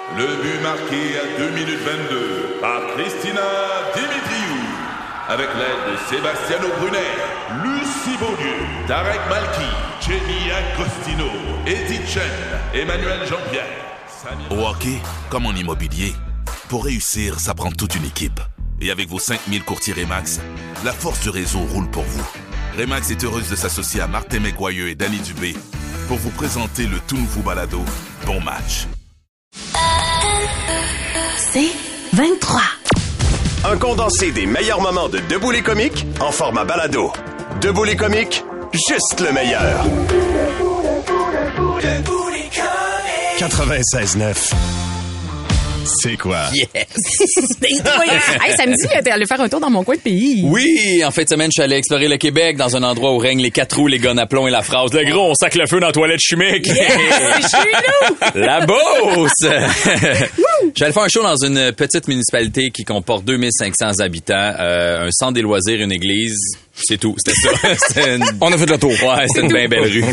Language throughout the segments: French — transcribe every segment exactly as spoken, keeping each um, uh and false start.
Le but marqué à deux minutes vingt-deux par Christina Dimitriou. Avec l'aide de Sebastiano Brunet, Lucie Beaulieu, Tarek Malki, Jenny Agostino, Edith Chen, Emmanuel Jean-Pierre. Samir... Au hockey, comme en immobilier, pour réussir, ça prend toute une équipe. Et avec vos cinq mille courtiers Remax, la force du réseau roule pour vous. Remax est heureuse de s'associer à Martin McGuire et Danny Dubé pour vous présenter le tout nouveau balado Bon Match. C'est vingt-trois. Un condensé des meilleurs moments de Debout les comiques en format balado. Debout les comiques, juste le meilleur. quatre-vingt-seize neuf. C'est quoi? Yes! Hey, samedi, t'es allé faire un tour dans mon coin de pays. Oui, en fin de semaine, je suis allé explorer le Québec dans un endroit où règnent les quatre roues, les gonnes à plomb et la phrase « Le gros, on sac le feu dans la toilette chimique! Yes, » c'est chez nous! La Beauce! J'allais faire un show dans une petite municipalité qui comporte deux mille cinq cents habitants, euh, un centre des loisirs, une église. C'est tout, c'était ça. C'était une... On a fait le tour. Ouais, c'était une bien belle rue.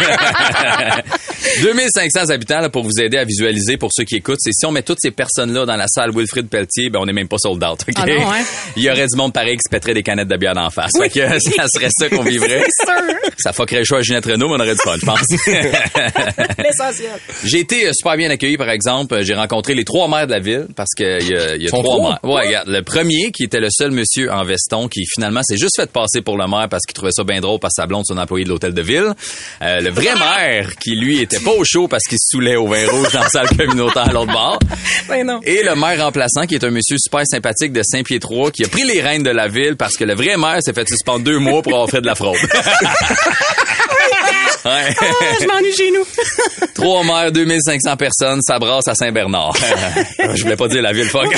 deux mille cinq cents habitants, là, pour vous aider à visualiser, pour ceux qui écoutent, c'est si on met toutes ces personnes-là dans la salle Wilfrid Pelletier, ben on n'est même pas sold out. Okay? Ah non, hein? Il y aurait du monde pareil qui se pèterait des canettes de bière d'en face. Oui. Fait que ça serait ça qu'on vivrait. C'est sûr. Ça fuckerait le choix à Ginette Renault, mais on aurait du fun, je pense. L'essentiel. J'ai été euh, super bien accueilli, par exemple. J'ai rencontré les trois maires de la ville, parce qu'il y a, y a trois, trois maires. Ouais, regarde. Le premier, qui était le seul monsieur en veston, qui finalement s'est juste fait passer pour le maire parce qu'il trouvait ça bien drôle parce que sa blonde, son employé de l'hôtel de ville. Euh, le vrai maire, qui lui était pas au chaud parce qu'il se saoulait au vin rouge dans la salle communautaire à l'autre bord. Ben non. Et le maire remplaçant, qui est un monsieur super sympathique de Saint-Pied-trois, qui a pris les rênes de la ville parce que le vrai maire s'est fait suspendre deux mois pour avoir fait de la fraude. Ouais. Ah, je m'ennuie chez nous. Trois maires, deux mille cinq cents personnes, ça brasse à Saint-Bernard. Je voulais pas dire la ville, fuck.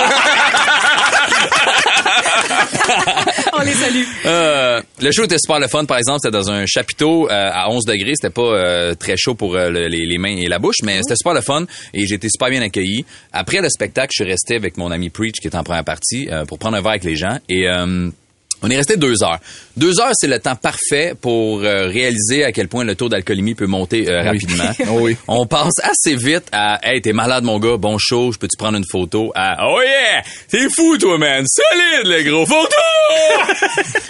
On les salue. Euh, le show était super le fun, par exemple. C'était dans un chapiteau euh, à onze degrés. C'était pas euh, très chaud pour euh, le, les, les mains et la bouche, mais c'était super le fun et j'ai été super bien accueilli. Après le spectacle, je suis resté avec mon ami Preach, qui est en première partie, euh, pour prendre un verre avec les gens. Et... Euh, on est resté deux heures. Deux heures, c'est le temps parfait pour euh, réaliser à quel point le taux d'alcoolémie peut monter euh, rapidement. Oui. Oui. On passe assez vite à « Hey, t'es malade, mon gars, bon show, je peux-tu prendre une photo? » à « Oh yeah! T'es fou, toi, man! Solide, le gros! Photo! »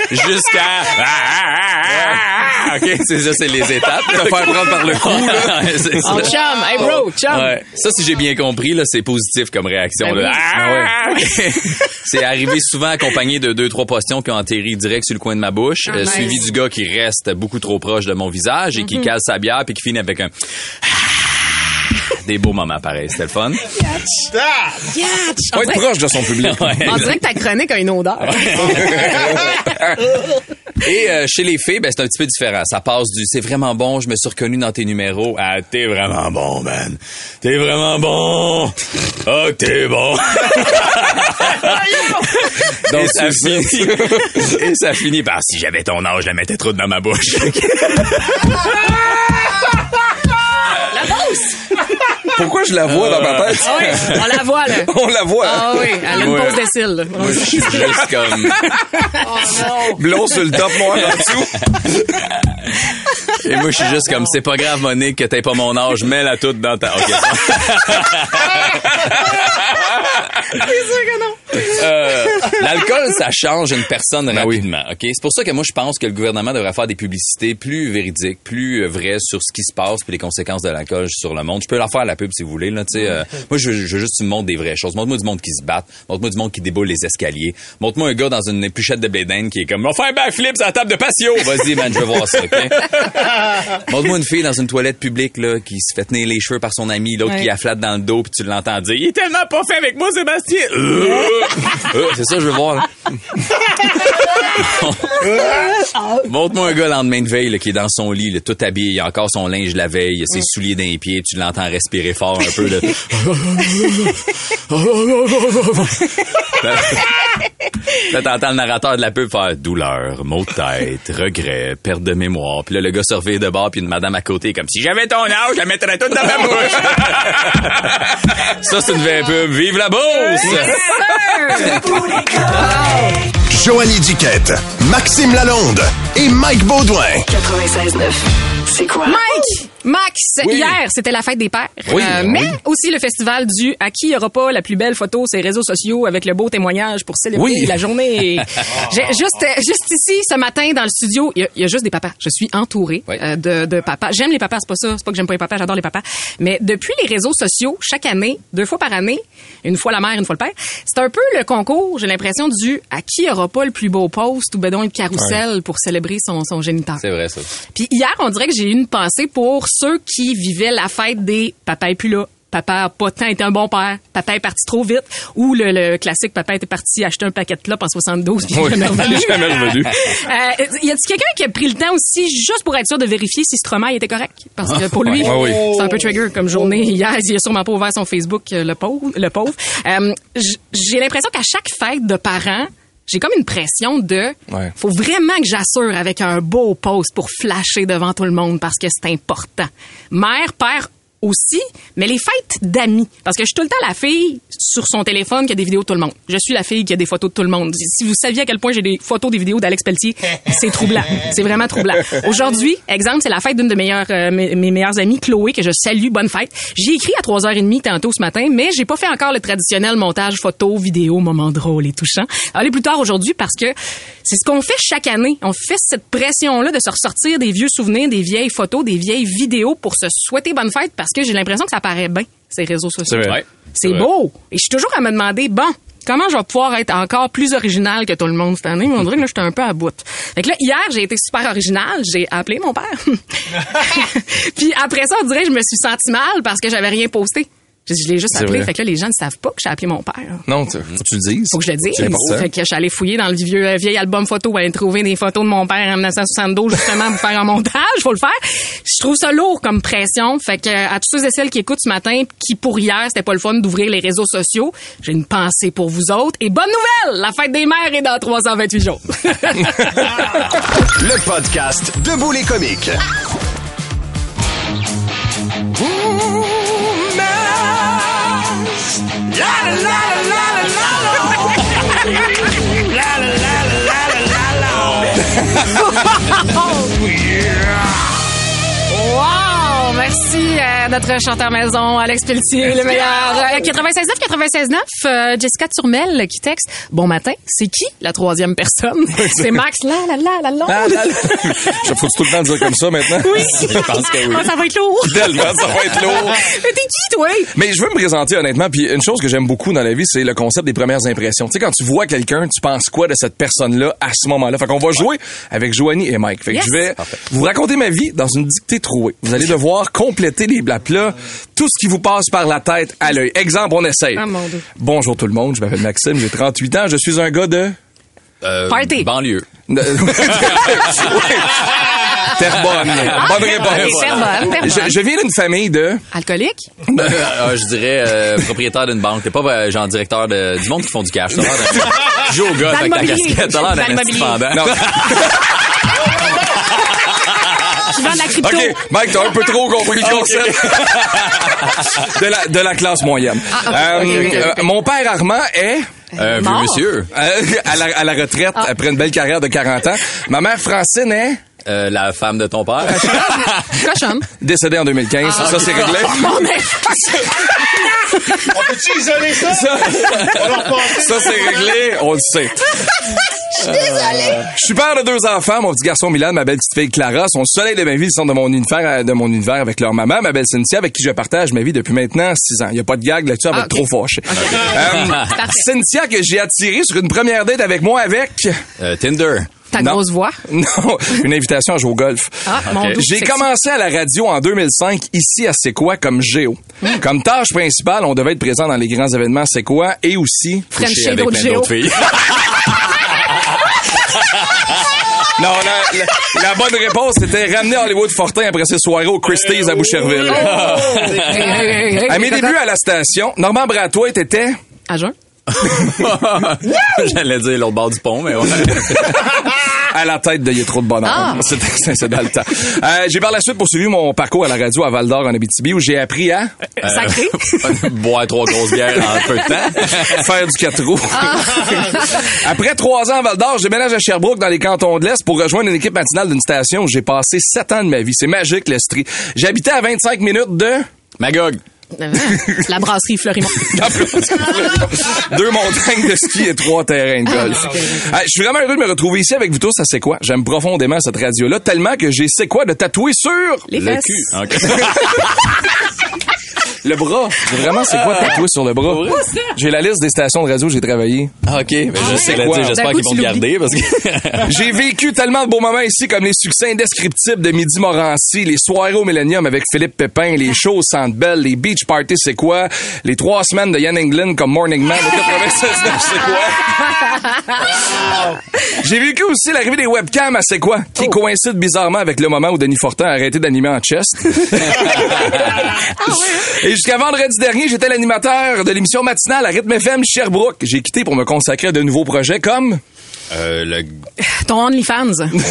Jusqu'à ah, ah, ah, ah. OK, c'est ça, c'est les étapes. Te faire prendre par le cou, là. C'est ça. On chum! Hey, bro, chum! Ouais. Ça, si j'ai bien compris, là, c'est positif comme réaction. Ben Là. oui. Ah, ouais. C'est arrivé souvent accompagné de deux, trois potions qui ont atterri direct sur le coin de ma bouche, Ah, euh, nice. suivi du gars qui reste beaucoup trop proche de mon visage et qui cale sa bière puis qui finit avec un... Des beaux moments pareils, c'était le fun. Yatch! Faut être proche de son public. Ouais. On dirait que ta chronique a une odeur. Et euh, chez les filles, ben c'est un petit peu différent. Ça passe du c'est vraiment bon, je me suis reconnu dans tes numéros à t'es vraiment bon, man. T'es vraiment bon. Oh, t'es bon. Donc et ça finit et ça finit par si j'avais ton âge, je la mettais trop dans ma bouche. La bosse! Pourquoi je la vois dans ma tête? Ah oui, on la voit, là. On la voit. Ah oui, elle a une Ouais. pause de cils, là. Moi, je suis juste comme Oh non! Blond sur le top, noir en dessous. et moi je suis juste comme c'est pas grave Monique que t'aies pas mon âge, mets-la toute dans ta. OK. C'est sûr que non. Euh, l'alcool, ça change une personne Ben rapidement. Ok, c'est pour ça que moi je pense que le gouvernement devrait faire des publicités plus véridiques, plus euh, vraies sur ce qui se passe puis les conséquences de l'alcool sur le monde. Je peux leur faire la pub si vous voulez là. Tu sais, euh, moi je veux, je veux juste que tu me montres des vraies choses. Montre-moi du monde qui se bat. Montre-moi du monde qui déboule les escaliers. Montre-moi un gars dans une épluchette de bédaine qui est comme on va faire un backflip sur la table de patio. Vas-y man, je veux voir ça. Ok. Montre-moi une fille dans une toilette publique là qui se fait tenir les cheveux par son ami, l'autre Ouais. qui la flatte dans le dos puis tu l'entends dire il est tellement pas fait avec moi Sébastien. Euh, euh, c'est ça que je veux voir là. Montre-moi un gars le lendemain de veille là, qui est dans son lit, là, tout habillé, il a encore son linge la veille, il a ses souliers dans les pieds, tu l'entends respirer fort un peu là. Là, t'entends le narrateur de la pub faire douleur, maux de tête, regret, perte de mémoire. Puis là, le gars se revient de bord, puis une madame à côté, comme si j'avais ton âge, je la mettrais toute dans ma bouche. Ça, c'est une vraie pub. Vive la Beauce! Joanie Duquette, Maxime Lalonde et Mike Baudouin. quatre-vingt-seize neuf. C'est quoi? Mike! Max, Oui. hier, c'était la fête des pères. Oui, Euh, oui. mais aussi le festival du « À qui il n'y aura pas la plus belle photo sur les réseaux sociaux avec le beau témoignage pour célébrer Oui. la journée. » J'ai juste, juste ici, ce matin, dans le studio, il y, a- il y a juste des papas. Je suis entourée Oui. euh, de, de papas. J'aime les papas, c'est pas ça. C'est pas que j'aime pas les papas, j'adore les papas. Mais depuis les réseaux sociaux, chaque année, deux fois par année, une fois la mère, une fois le père, c'est un peu le concours, j'ai l'impression, du « À qui il n'y aura pas le plus beau post ou bedon le carrousel pour célébrer son, son géniteur. » C'est vrai, ça. Puis hier, on dirait que j'ai eu une pensée pour ceux qui vivaient la fête des « papa est plus là ». Papa a pas tant été un bon père. Papa est parti trop vite. Ou le, le classique, papa était parti acheter un paquet de clopes en soixante-douze puis il est jamais revenu. Jamais revenu. Euh, y a-t-il quelqu'un qui a pris le temps aussi, juste pour être sûr de vérifier si Stromae était correct? Parce que pour lui, Ouais, ouais, oui. c'est un peu trigger comme journée. Hier, il a sûrement pas ouvert son Facebook, euh, le pauvre. Le pauvre. Euh, j- j'ai l'impression qu'à chaque fête de parents, j'ai comme une pression de Ouais. faut vraiment que j'assure avec un beau post pour flasher devant tout le monde parce que c'est important. Mère, père aussi, mais les fêtes d'amis. Parce que je suis tout le temps la fille sur son téléphone qui a des vidéos de tout le monde. Je suis la fille qui a des photos de tout le monde. Si vous saviez à quel point j'ai des photos, des vidéos d'Alex Pelletier, c'est troublant. C'est vraiment troublant. Aujourd'hui, exemple, c'est la fête d'une de meilleures, euh, mes, mes meilleures amies, Chloé, que je salue. Bonne fête. J'ai écrit à trois heures trente tantôt ce matin, mais j'ai pas fait encore le traditionnel montage photo, vidéo, moment drôle et touchant. Allez plus tard aujourd'hui parce que c'est ce qu'on fait chaque année. On fait cette pression-là de se ressortir des vieux souvenirs, des vieilles photos, des vieilles vidéos pour se souhaiter bonne fête parce que j'ai l'impression que ça paraît bien, ces réseaux sociaux. C'est vrai. Ouais. C'est vrai. beau. Et je suis toujours à me demander, bon, comment je vais pouvoir être encore plus original que tout le monde cette année? Mais on dirait que là, j'étais un peu à bout. Fait que là, hier, j'ai été super original. J'ai appelé mon père. Puis après ça, on dirait que je me suis sentie mal parce que j'avais rien posté. Je, je l'ai juste C'est appelé. vrai. Fait que là, les gens ne savent pas que j'ai appelé mon père. Non, tu, faut que tu le dises. Faut que je le dise. C'est important. Fait que je suis allée fouiller dans le vieux, euh, vieil album photo pour aller trouver des photos de mon père en dix-neuf soixante-douze justement pour faire un montage. Faut le faire. Je trouve ça lourd comme pression. Fait que à tous ceux et celles qui écoutent ce matin, qui pour hier, c'était pas le fun d'ouvrir les réseaux sociaux, j'ai une pensée pour vous autres. Et bonne nouvelle! La fête des mères est dans trois cent vingt-huit jours. Le podcast Debout les comiques. Wow! Merci à notre chanteur maison, Alex Pelletier, le meilleur. Euh, quatre-vingt-seize neuf, quatre-vingt-seize neuf, euh, Jessica Turmel qui texte. Bon matin, c'est qui la troisième personne? C'est Max, là, là, là, là, là. Ah, là, là. Je faut tout le temps dire comme ça maintenant. Oui. Je pense que oui. Oh, ça va être lourd. Tellement, ça va être lourd. Mais t'es qui, toi? Mais je veux me présenter honnêtement, puis une chose que j'aime beaucoup dans la vie, c'est le concept des premières impressions. Tu sais, quand tu vois quelqu'un, tu penses quoi de cette personne-là à ce moment-là? Fait qu'on va jouer avec Joanie et Mike. Fait que Yes. je vais vous raconter ma vie dans une dictée trouée. Vous allez devoir compléter les blablas, tout ce qui vous passe par la tête à l'œil. Exemple, on essaye. Ah, mon Dieu. Bonjour tout le monde, je m'appelle Maxime, j'ai trente-huit ans, je suis un gars de... Euh, Party. Banlieue. Oui. Terrebonne. Bonne réponse. Terrebonne, Terrebonne. Je, je viens d'une famille de... Alcoolique? Euh, euh, je dirais euh, propriétaire d'une banque. T'es pas euh, genre directeur de, du monde qui font du cash. T'as l'air d'un... Joue au gars Dans avec ta l'immobilier. casquette. T'as l'air Dans d'un l'immobilier. indépendant. Non. Je vends de la crypto. OK, Mike, t'as un peu trop compris le concept. de, la, de la classe moyenne. Ah, ok, Euh, ok, ok, euh, ok. mon père Armand est... Un vieux Mort. monsieur. euh, à, la, à la retraite, Ah. après une belle carrière de quarante ans. Ma mère Francine est Euh, la femme de ton père. Cochonne. décédée en deux mille quinze. Ah, ça, c'est réglé. Bon, mais... On peut-tu isoler ça? Ça, On leur passe. ça, c'est réglé. On le sait. Je suis désolée. Je suis père de deux enfants, mon petit garçon Milan, ma belle petite fille Clara, sont le soleil de ma vie, ils sont de mon univers, de mon univers avec leur maman, ma belle Cynthia, avec qui je partage ma vie depuis maintenant six ans. Il y a pas de gag là-dessus, elle va Ah, être ok. trop fâchée. Euh, Cynthia que j'ai attirée sur une première date avec moi avec Euh, Tinder. Ta Non. grosse voix. non, une invitation à jouer au golf. Ah, mon Dieu. J'ai sexy. commencé à la radio en deux mille cinq, ici à C'est quoi, comme Géo. Comme tâche principale, on devait être présent dans les grands événements C'est quoi et aussi... French Couché Shade avec au plein Géo. d'autres filles. Non, la, la, la bonne réponse, c'était ramener Hollywood Fortin après ses soirées au Christie's à Boucherville. Hey, hey, hey, hey, À mes hey, débuts à la station, Normand Bratois était... À jeun. J'allais dire l'autre bord du pont, mais ouais. à la tête de « Il y a trop de bonheur Ah. ». C'était c'est dans le temps. Euh, j'ai par la suite poursuivi mon parcours à la radio à Val-d'Or, en Abitibi, où j'ai appris à Sacré. Boire trois grosses bières en peu de temps. faire du quatre roues. Après trois ans à Val-d'Or, je déménage à Sherbrooke, dans les cantons de l'Est, pour rejoindre une équipe matinale d'une station où j'ai passé sept ans de ma vie. C'est magique, l'Estrie. J'habitais à vingt-cinq minutes de... Magog. La brasserie Fleurimont. Deux montagnes de ski et trois terrains de golf. Ah, je suis vraiment heureux de me retrouver ici avec vous tous à C'est quoi. J'aime profondément cette radio-là, tellement que j'ai C'est quoi de tatouer sur Les Le fesses. cul. OK. le bras. J'ai vraiment C'est quoi de tatouer sur le bras. J'ai la liste des stations de radio où j'ai travaillé. Ah, OK. Mais je sais ouais. quoi. J'espère D'un qu'ils coup, vont tu me garder parce que... J'ai vécu tellement de beaux moments ici, comme les succès indescriptibles de Midi Morancy, les soirées au Millennium avec Philippe Pépin, les shows au Centre Bell, les beach parties C'est quoi, les trois semaines de Yann Englund comme Morning Man au quatre-vingt-seize neuf C'est quoi. J'ai vécu aussi l'arrivée des webcams à C'est quoi, qui coïncide bizarrement avec le moment où Denis Fortin a arrêté d'animer en chest. Et jusqu'à vendredi dernier, j'étais l'animateur de l'émission matinale à Rythme F M Sherbrooke. J'ai quitté pour me consacrer à de nouveaux projets comme... Euh, le... Ton OnlyFans.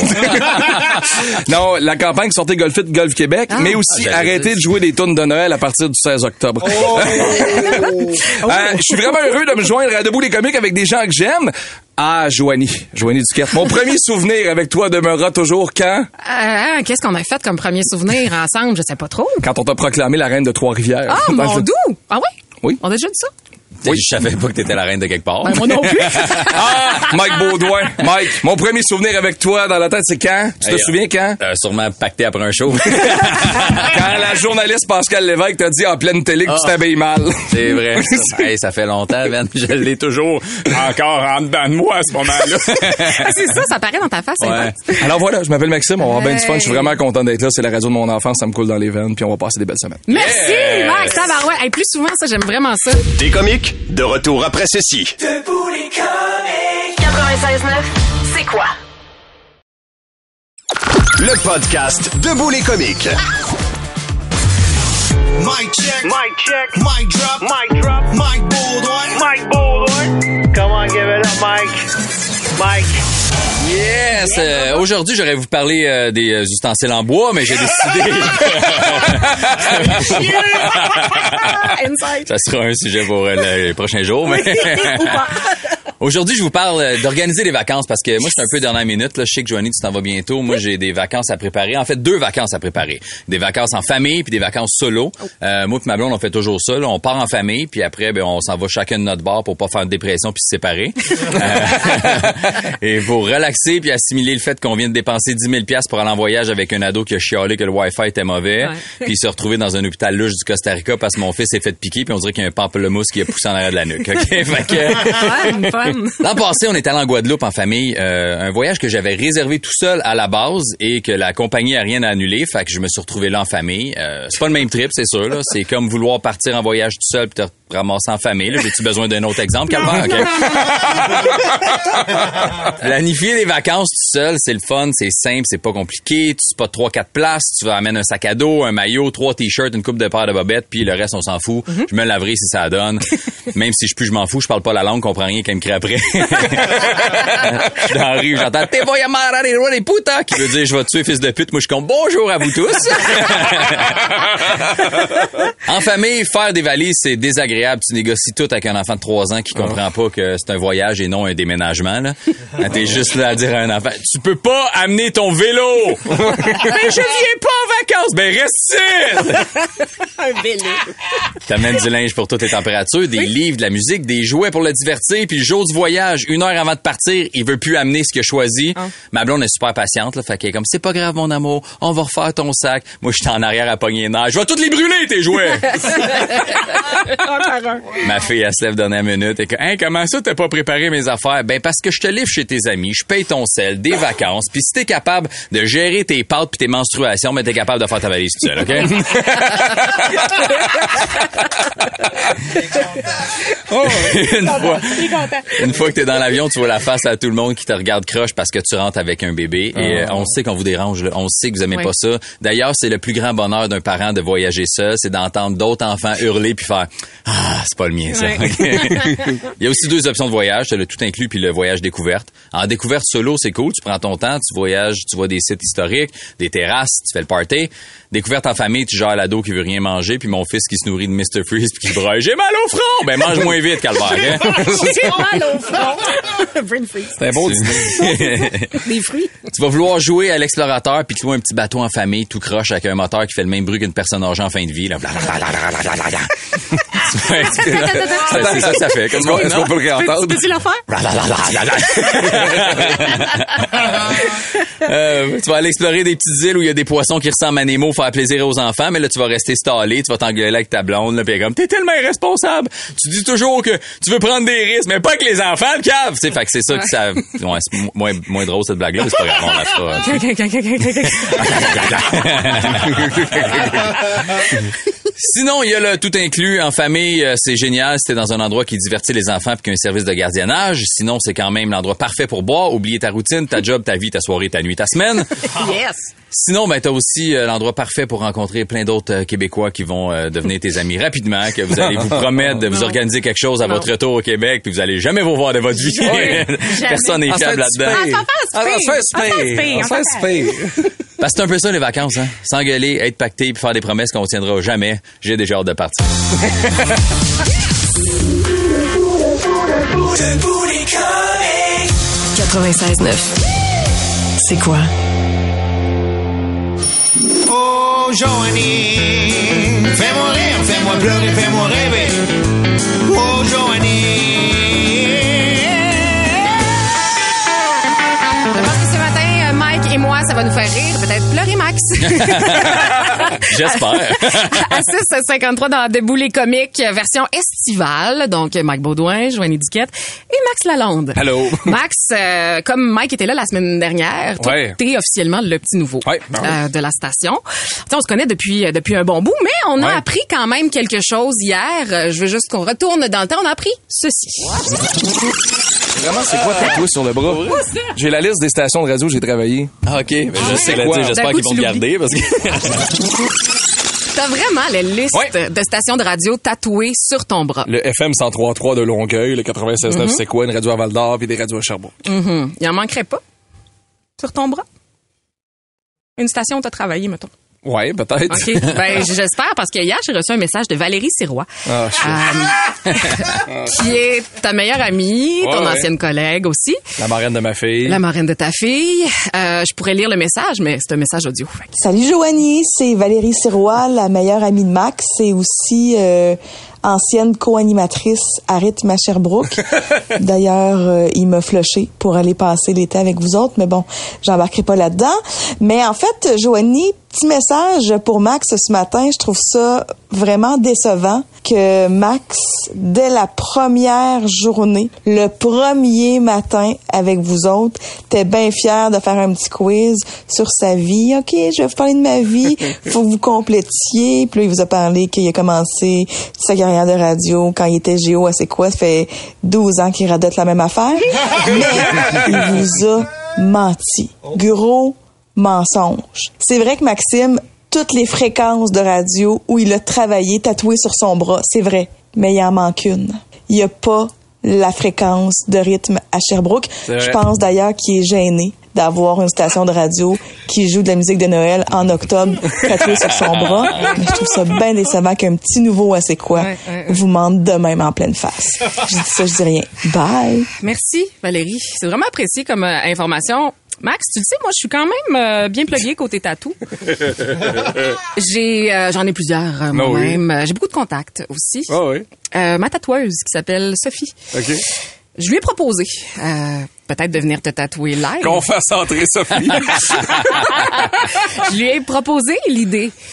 Non, la campagne Sortez Golfit Golf Québec, mais aussi Ah, arrêter de jouer des tunes de Noël à partir du seize octobre. Euh, je suis vraiment heureux de me joindre à Debout les comiques avec des gens que j'aime. Ah, Joanie, Joanie Duquette. Mon premier souvenir avec toi demeurera toujours quand? Euh, qu'est-ce qu'on a fait comme premier souvenir ensemble? Je sais pas trop. Quand on t'a proclamé la reine de Trois-Rivières. Ah, Dans mon le- doux! Ah ouais? Oui. On a déjà dit ça? Oui. Je savais pas que t'étais la reine de quelque part. Ben, moi non plus. Ah, Mike Baudouin. Mike, mon premier souvenir avec toi dans la tête, c'est quand? Tu te Hey, souviens quand? Euh, sûrement pacté après un show. Quand la journaliste Pascal Lévesque t'a dit en pleine télé que tu Ah. t'habilles mal. C'est vrai. Ça. Hey, ça fait longtemps, Ben. Je l'ai toujours encore en dedans de moi à ce moment-là. C'est ça, ça paraît dans ta face. Ouais. c'est Alors voilà, je m'appelle Maxime, on va avoir bien du fun. Je suis Hey. vraiment content d'être là. C'est la radio de mon enfance, ça me coule dans les veines, puis on va passer des belles semaines. Merci, Max. Tabarouette. Hey, plus souvent, ça, j'aime vraiment ça. Des comiques, de retour après ceci. quatre-vingt-seize neuf, c'est quoi? Le podcast Debout les comiques. Mic check. Mic check. Mic drop. Mic drop. Mike Baudouin. Mike Baudouin. Come on, give it up, Mike. Mike. Yes! Euh, aujourd'hui, j'aurais vous parler euh, des euh, ustensiles en bois, mais j'ai décidé... Inside. Ça sera un sujet pour euh, le- les prochains jours, mais... Aujourd'hui, je vous parle euh, d'organiser les vacances parce que moi, je suis un peu dernière minute. Là. Je sais que Joanie, tu t'en vas bientôt. Moi, j'ai des vacances à préparer. En fait, deux vacances à préparer. Des vacances en famille puis des vacances solo. Euh, moi et ma blonde, on fait toujours ça. Là. On part en famille puis après, ben, on s'en va chacun de notre bord pour pas faire de dépression puis se séparer. Euh, et pour relaxer puis assimiler le fait qu'on vient de dépenser dix mille dollars pour aller en voyage avec un ado qui a chialé que le Wi-Fi était mauvais. Ouais. Puis se retrouver dans un hôpital louche du Costa Rica parce que mon fils s'est fait piquer puis on dirait qu'il y a un pamplemousse qui a poussé en arrière de la nuque. OK? Fait que... Fun, fun. L'an passé, on est allé en Guadeloupe en famille. Euh, un voyage que j'avais réservé tout seul à la base et que la compagnie a rien à annuler. Fait que je me suis retrouvé là en famille. Euh, c'est pas le même trip, c'est sûr. Là. C'est comme vouloir partir en voyage tout seul puis te ramasser en famille. Là. J'ai-tu besoin d'un autre exemple, Calvaire? OK. Planifier les vacances tout seul, c'est le fun, c'est simple, c'est pas compliqué. Tu spots trois quatre places, tu vas amener un sac à dos, un maillot, trois t-shirts, une coupe de paires de bobettes, puis le reste, on s'en fout. Je me laverai si ça donne. Même si je pue, je m'en fous, je parle pas la langue, comprends rien qu'elle me crie après. Je suis dans la rue, j'entends « Te voy a matar les puta » qui veut dire « Je vais te tuer, fils de pute ». Moi, je suis comme « Bonjour à vous tous ». En famille, faire des valises, c'est désagréable. Tu négocies tout avec un enfant de trois ans qui comprend pas que c'est un voyage et non un déménagement. Là. T'es juste là à dire à un enfant « Tu peux pas amener ton vélo! » « Mais je viens pas en vacances! » « Ben reste ici! » Un vélo. T'amènes du linge pour toutes les températures, des livres, de la musique, des jouets pour le divertir, puis le jour du voyage, une heure avant de partir, il veut plus amener ce qu'il a choisi. Ah. Ma blonde est super patiente, là, fait qu'elle est comme, c'est pas grave, mon amour, on va refaire ton sac. Moi, j'étais en arrière à pogner les nerfs. Je vais toutes les brûler, tes jouets! Un par un. Ma fille, elle se lève dernière minute et que, hein, comment ça, t'as pas préparé mes affaires? Ben, parce que je te livre chez tes amis, je paye ton sel, des vacances, puis si t'es capable de gérer tes pâtes puis tes menstruations, ben, t'es capable capable de faire ta valise tout seul, OK? Oh, une, fois, il est content. une fois que t'es dans l'avion, tu vois la face à tout le monde qui te regarde croche parce que tu rentres avec un bébé. Oh. Et euh, on sait qu'on vous dérange, là. On sait que vous aimez oui. pas ça. D'ailleurs, c'est le plus grand bonheur d'un parent de voyager seul, c'est d'entendre d'autres enfants hurler puis faire « Ah, c'est pas le mien, ça. Ouais. » Il y a aussi deux options de voyage. T'as le tout inclus puis le voyage découverte. En découverte solo, c'est cool. Tu prends ton temps, tu voyages, tu vois des sites historiques, des terrasses, tu fais le party. Découverte en famille, tu gères l'ado qui veut rien manger puis mon fils qui se nourrit de mister Freeze puis qui braille « J'ai mal au front! » Ben, mange moins vite, calvaire. Hein? J'ai mal au front. Brain freeze. C'est un bon dîner. Des fruits. Tu vas vouloir jouer à l'explorateur puis louer un petit bateau en famille tout croche avec un moteur qui fait le même bruit qu'une personne âgée en fin de vie. Là. C'est ça que ça fait. Est-ce qu'on, est-ce qu'on peut le réentendre? Peux-tu le faire? euh, tu vas aller explorer des petites îles où il y a des poissons qui ressemblent à Nemo, faire plaisir aux enfants, mais là, tu vas rester stallé, tu vas t'engueuler avec ta blonde, là, pis comme, t'es tellement irresponsable. Tu dis toujours que tu veux prendre des risques, mais pas avec les enfants, le cave. Tu sais, fait que c'est ça que ça, ouais, c'est moins, moins drôle, cette blague-là, mais c'est pas grave, on la fera. Sinon, il y a le tout inclus en famille. C'est génial si t'es dans un endroit qui divertit les enfants puis qu'il y a un service de gardiennage. Sinon, c'est quand même l'endroit parfait pour boire, oublier ta routine, ta job, ta vie, ta soirée, ta nuit, ta semaine. Yes! Sinon, ben, t'as aussi euh, l'endroit parfait pour rencontrer plein d'autres euh, Québécois qui vont euh, devenir tes amis rapidement, que vous allez vous promettre de vous organiser quelque chose à non. votre retour au Québec puis vous allez jamais vous voir de votre vie. Oui, Personne n'est fiable là-dedans. Ah, ça passe pire! Parce que c'est un peu ça, les vacances, hein. S'engueuler, être pacté puis faire des promesses qu'on ne tiendra jamais. J'ai déjà hâte de partir. quatre-vingt-seize neuf. C'est quoi? Oh, Joanie, fais-moi rire, fais-moi pleurer, fais-moi rêver. Oh, Joanie. Je pense que ce matin, Mike et moi, ça va nous faire rire. Peut-être pleurer Max. J'espère. À six cinquante-trois dans Debout les comiques, version estivale. Donc, Mike Baudouin, Joanie Duquette et Max Lalonde. Allô. Max, euh, comme Mike était là la semaine dernière, toi, ouais. t'es officiellement le petit nouveau ouais. Ben oui. euh, de la station. T'sais, on se connaît depuis depuis un bon bout, mais on a ouais. appris quand même quelque chose hier. Je veux juste qu'on retourne dans le temps. On a appris ceci. Vraiment, c'est quoi tatoué sur le bras? J'ai la liste des stations de radio où j'ai travaillé. Ah, OK. Mais je sais quoi. J'espère qu'ils vont me garder parce que... T'as vraiment la liste ouais. de stations de radio tatouées sur ton bras. Le F M cent trois trois de Longueuil, le quatre-vingt-seize neuf, mm-hmm. c'est quoi? Une radio à Val-d'Or puis des radios à Sherbrooke. Mm-hmm. Il en manquerait pas sur ton bras? Une station où t'as travaillé, mettons. Ouais, peut-être. OK. Ben, j'espère, parce que hier, j'ai reçu un message de Valérie Sirois. Ah, euh, qui est ta meilleure amie, ouais, ton ouais. ancienne collègue aussi. La marraine de ma fille. La marraine de ta fille. Euh, je pourrais lire le message, mais c'est un message audio. Salut Joanie, c'est Valérie Sirois, la meilleure amie de Max. C'est aussi euh, ancienne co-animatrice à Rythme à Sherbrooke. D'ailleurs, euh, il m'a flushé pour aller passer l'été avec vous autres, mais bon, j'embarquerai pas là-dedans. Mais en fait, Joanie, petit message pour Max ce matin. Je trouve ça vraiment décevant que Max, dès la première journée, le premier matin avec vous autres, était bien fier de faire un petit quiz sur sa vie. OK, je vais vous parler de ma vie. Faut que vous complétiez. Puis là, il vous a parlé qu'il a commencé sa carrière de radio quand il était géo à C'est quoi? Ça fait douze ans qu'il radote la même affaire. Mais il vous a menti. Gros mensonge. C'est vrai que Maxime, toutes les fréquences de radio où il a travaillé tatouées sur son bras, c'est vrai, mais il en manque une. Il n'y a pas la fréquence de Rythme à Sherbrooke. Je pense d'ailleurs qu'il est gêné d'avoir une station de radio qui joue de la musique de Noël en octobre tatouée sur son bras. Mais je trouve ça bien décevant qu'un petit nouveau à C'est quoi ouais, ouais, ouais. vous mente de même en pleine face. Je dis ça, je dis rien. Bye! Merci Valérie. C'est vraiment apprécié comme euh, information. Max, tu le sais, moi, je suis quand même euh, bien pluguée côté tatou. J'ai, euh, j'en ai plusieurs euh, moi-même. Oui. J'ai beaucoup de contacts aussi. Oh oui. Euh, ma tatoueuse qui s'appelle Sophie. OK. Je lui ai proposé euh, peut-être de venir te tatouer live. Qu'on fasse entrer Sophie. Je lui ai proposé l'idée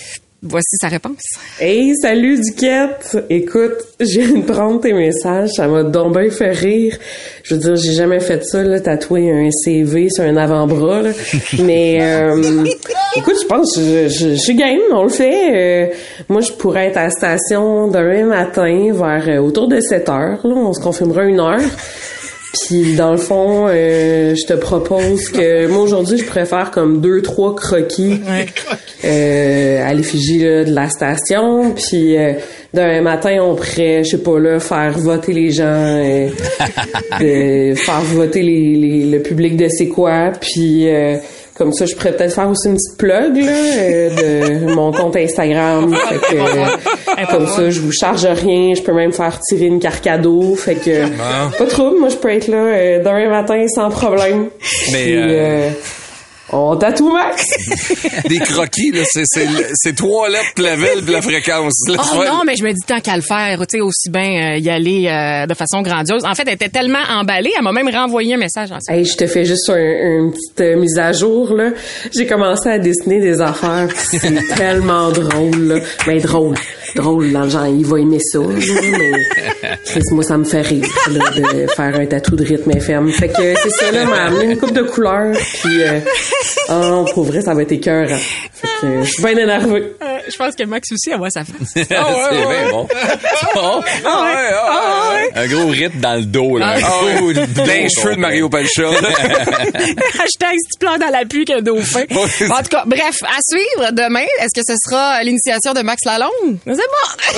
Voici sa réponse. Hey, salut Duquette! Écoute, je viens de prendre tes messages, ça m'a donc bien fait rire. Je veux dire, j'ai jamais fait ça, là, tatouer un C V sur un avant-bras, là. Mais, euh, écoute, je pense, je, je, je suis game, on le fait. Euh, moi, je pourrais être à la station demain matin vers euh, autour de sept heures, là. On se confirmera une heure. Puis dans le fond, euh, je te propose que moi aujourd'hui je pourrais faire comme deux trois croquis euh, à l'effigie là, de la station. Puis euh, demain matin on pourrait, je sais pas là, faire voter les gens, euh, de, faire voter les, les, le public de c'est quoi. Puis euh, comme ça, je pourrais peut-être faire aussi une petite plug là, euh, de mon compte Instagram. Fait que, euh, comme ça, je vous charge rien. Je peux même faire tirer une carte cadeau. Fait que ah. pas de trouble. Moi, je peux être là euh, demain matin sans problème. Mais Puis, euh... euh, on tatoue Max. Des croquis, là, c'est, c'est, c'est trois lettres, la ville, la fréquence. Là, oh non, mais je me dis tant qu'à le faire, tu sais, aussi bien euh, y aller euh, de façon grandiose. En fait, elle était tellement emballée, elle m'a même renvoyé un message ensuite. Hey, je te fais juste un, une petite euh, mise à jour, là. J'ai commencé à dessiner des affaires, pis c'est tellement drôle, là. Mais drôle. Drôle, dans le genre, il va aimer ça, là, mais moi, ça me fait rire, là, de faire un tatou de rythme F M. Fait que c'est ça, là, m'a amené une coupe de couleurs, puis euh, oh, pour vrai, ça va être écœurant. Fait que euh, je suis bien énervée. Euh, je pense que Max aussi, elle voit sa face. Oh, ouais, c'est ouais. bien bon. Oh, ah ouais, ah ouais. Un gros rythme dans le dos, là. Ah un gros plein cheveux de Mario Pelcha. Hashtag si tu pleures dans la pluie qu'un dauphin. En tout cas, bref, à suivre demain. Est-ce que ce sera l'initiation de Max Lalonde? C'est bon.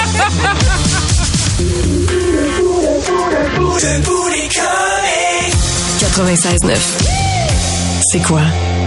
quatre-vingt-seize neuf. C'est quoi?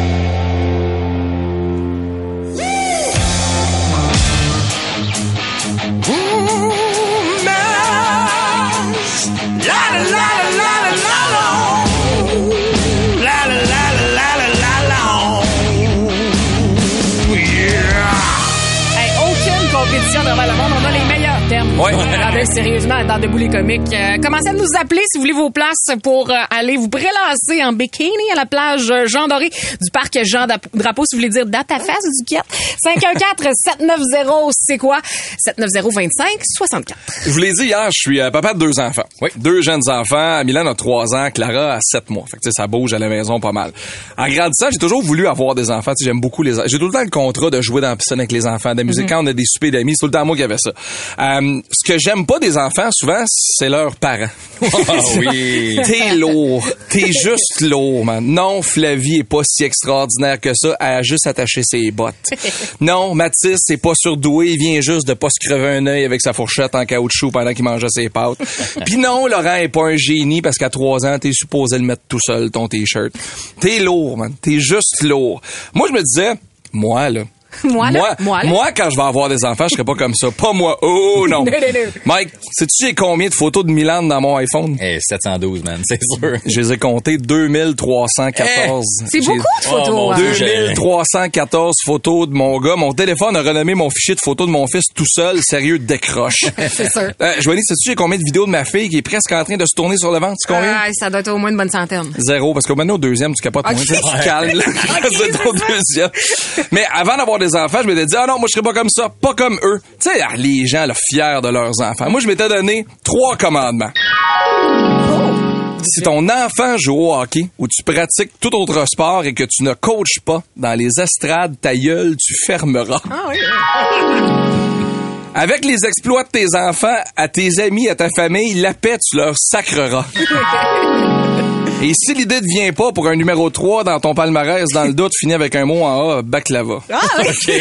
Compétition devant le monde, on a les meilleurs termes. Ouais. Regardez sérieusement dans Debout les comiques. Euh, commencez à nous appeler si vous voulez vos places pour euh, aller vous prélasser en bikini à la plage euh, Jean Doré du parc Jean Drapeau si vous voulez dire dans ta face du quête. cinq un quatre sept neuf zéro c'est quoi? sept neuf zéro vingt-cinq soixante-quatre. Je vous l'ai dit hier, je suis euh, papa de deux enfants. Oui. Deux jeunes enfants. Milan a trois ans, Clara a sept mois. Fait que ça bouge à la maison pas mal. En grandissant, j'ai toujours voulu avoir des enfants. T'sais, j'aime beaucoup les. J'ai tout le temps le contrat de jouer dans la piscine avec les enfants, d'amuser mm-hmm. quand on a des soupers d'amis. C'est tout le temps moi qui avais ça. Euh, ce que j'aime pas des enfants, souvent, c'est leurs parents. Oh, oui. T'es lourd. T'es juste lourd, man. Non, Flavie est pas si extraordinaire que ça. Elle a juste attaché ses bottes. Non, Mathis, c'est pas surdoué. Il vient juste de pas se crever un œil avec sa fourchette en caoutchouc pendant qu'il mangeait ses pâtes. Puis non, Laurent est pas un génie parce qu'à trois ans, t'es supposé le mettre tout seul, ton t-shirt. T'es lourd, man. T'es juste lourd. Moi, je me disais, moi, là, Moi, là, moi, moi, là. moi, quand je vais avoir des enfants, je serai pas comme ça. Pas moi. Oh, non. Mike, sais-tu j'ai combien de photos de Milan dans mon iPhone? Eh, sept cent douze, man, c'est sûr. Je les ai comptées deux mille trois cent quatorze. Eh, c'est beaucoup de photos. Oh, hein? deux mille trois cent quatorze photos de mon gars. Mon téléphone a renommé mon fichier de photos de mon fils tout seul. Sérieux, décroche. C'est sûr. Euh, Joanie, sais-tu j'ai combien de vidéos de ma fille qui est presque en train de se tourner sur le ventre? Tu combien? Ah, ça doit être au moins une bonne centaine. Zéro, parce que maintenant au deuxième, tu capotes okay. moins. Tu calmes. Okay, c'est au deuxième. Mais avant d'avoir des enfants, je m'étais dit, ah non, moi, je serais pas comme ça, pas comme eux. Tu sais, les gens, là, fiers de leurs enfants. Moi, je m'étais donné trois commandements. Oh. Si ton enfant joue au hockey ou tu pratiques tout autre sport et que tu ne coaches pas dans les estrades, ta gueule, tu fermeras. Ah oui. Avec les exploits de tes enfants, à tes amis, à ta famille, la paix, tu leur sacreras. Et si l'idée ne vient pas pour un numéro trois dans ton palmarès, dans le doute, finis avec un mot en A, baklava. Ah oui! Okay.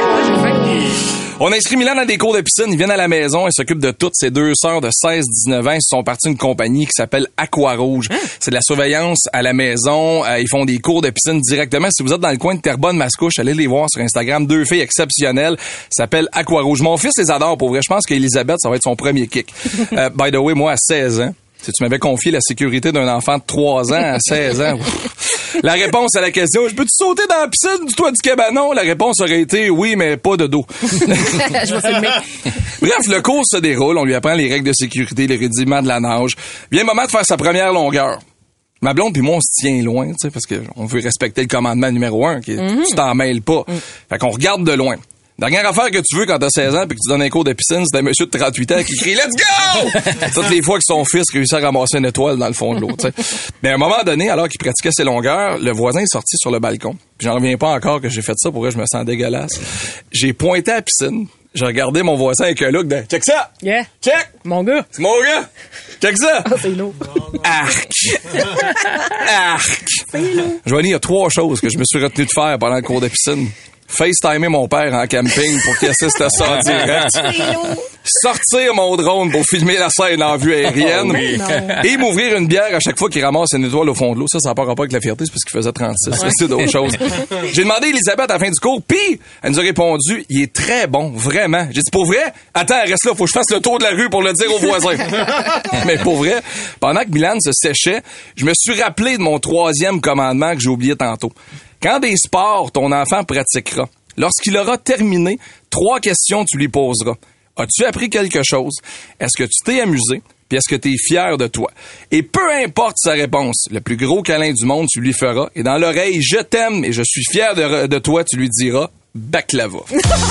On inscrit Milan dans des cours de piscine. Ils viennent à la maison et s'occupent de toutes. Ces deux sœurs de seize dix-neuf ans. Ils sont partis d'une compagnie qui s'appelle Aqua Rouge. Hein? C'est de la surveillance à la maison. Euh, ils font des cours de piscine directement. Si vous êtes dans le coin de Terrebonne-Mascouche, allez les voir sur Instagram. Deux filles exceptionnelles. Ça s'appelle Aqua Rouge. Mon fils les adore pour vrai. Je pense qu'Elisabeth, ça va être son premier kick. euh, by the way, moi, à seize ans, si tu m'avais confié la sécurité d'un enfant de trois ans à seize ans, la réponse à la question, je peux-tu sauter dans la piscine du toit du cabanon? La réponse aurait été oui, mais pas de dos. Je vais filmer. Bref, le cours se déroule. On lui apprend les règles de sécurité, les rudiments de la nage. Vient le moment de faire sa première longueur. Ma blonde puis moi, on se tient loin, tu sais, parce qu'on veut respecter le commandement numéro un, qui est, mm-hmm. tu t'en mêles pas. Mm. Fait qu'on regarde de loin. Dernière affaire que tu veux quand t'as seize ans puis que tu donnes un cours de piscine, c'est un monsieur de trente-huit ans qui crie « Let's go! » Toutes les fois que son fils réussit à ramasser une étoile dans le fond de l'eau, t'sais. Mais à un moment donné, alors qu'il pratiquait ses longueurs, le voisin est sorti sur le balcon. Puis j'en reviens pas encore que j'ai fait ça, pour vrai, je me sens dégueulasse. J'ai pointé à la piscine. J'ai regardé mon voisin avec un look de « Check ça! Yeah! Check! Mon gars! C'est mon gars! Check ça! Oh, c'est lourd! Arc! Arc! C'est lourd! Joanie, il y a trois choses que je me suis retenu de faire pendant le cours de piscine. FaceTimer mon père en camping pour qu'il assiste à ça en direct. Sortir mon drone pour filmer la scène en vue aérienne. Oh, oui. Et m'ouvrir une bière à chaque fois qu'il ramasse une étoile au fond de l'eau. Ça, ça n'a pas rapport avec la fierté, c'est parce qu'il faisait trente-six. Ouais. C'est d'autres choses. J'ai demandé à Elisabeth à la fin du cours, puis elle nous a répondu, il est très bon, vraiment. J'ai dit, pour vrai? Attends, reste là, faut que je fasse le tour de la rue pour le dire aux voisins. Mais pour vrai, pendant que Milan se séchait, je me suis rappelé de mon troisième commandement que j'ai oublié tantôt. Quand des sports ton enfant pratiquera, lorsqu'il aura terminé, trois questions tu lui poseras. As-tu appris quelque chose? Est-ce que tu t'es amusé? Puis est-ce que tu es fier de toi? Et peu importe sa réponse, le plus gros câlin du monde, tu lui feras. Et dans l'oreille, je t'aime et je suis fier de, de toi, tu lui diras baklava.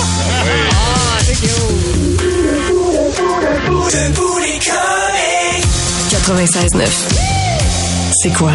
quatre-vingt-seize neuf. C'est quoi?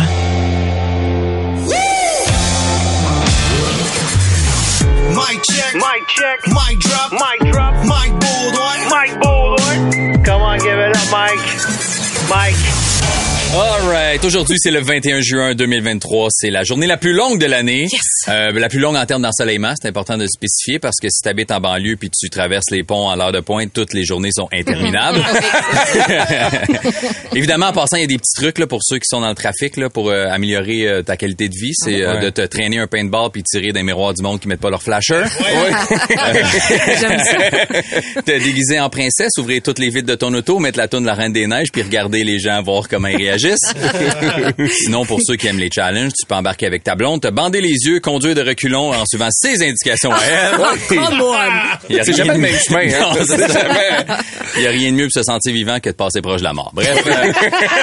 Mic check, mic check, mic drop, mic drop, Mike Baldwin, Mike Baldwin. Come on, give it up, Mike. Mike. All right. Aujourd'hui, c'est le vingt et un juin deux mille vingt-trois. C'est la journée la plus longue de l'année. Yes. Euh, la plus longue en termes d'ensoleillement. C'est important de le spécifier parce que si tu habites en banlieue puis tu traverses les ponts à l'heure de pointe, toutes les journées sont interminables. Évidemment, en passant, il y a des petits trucs là, pour ceux qui sont dans le trafic là, pour euh, améliorer euh, ta qualité de vie. C'est euh, ouais. de te traîner un paintball puis tirer des miroirs du monde qui mettent pas leur flasher. Ouais. J'aime ça. Te déguiser en princesse, ouvrir toutes les vitres de ton auto, mettre la toune de la Reine des Neiges puis regarder les gens voir comment ils réagissent. Sinon, pour ceux qui aiment les challenges, tu peux embarquer avec ta blonde, te bander les yeux, conduire de reculons en suivant ses indications à elle. Come on! Il y a C'est jamais le même chemin, hein? Non, c'est jamais. Il y a rien de mieux pour se sentir vivant que de passer proche de la mort. Bref. Euh...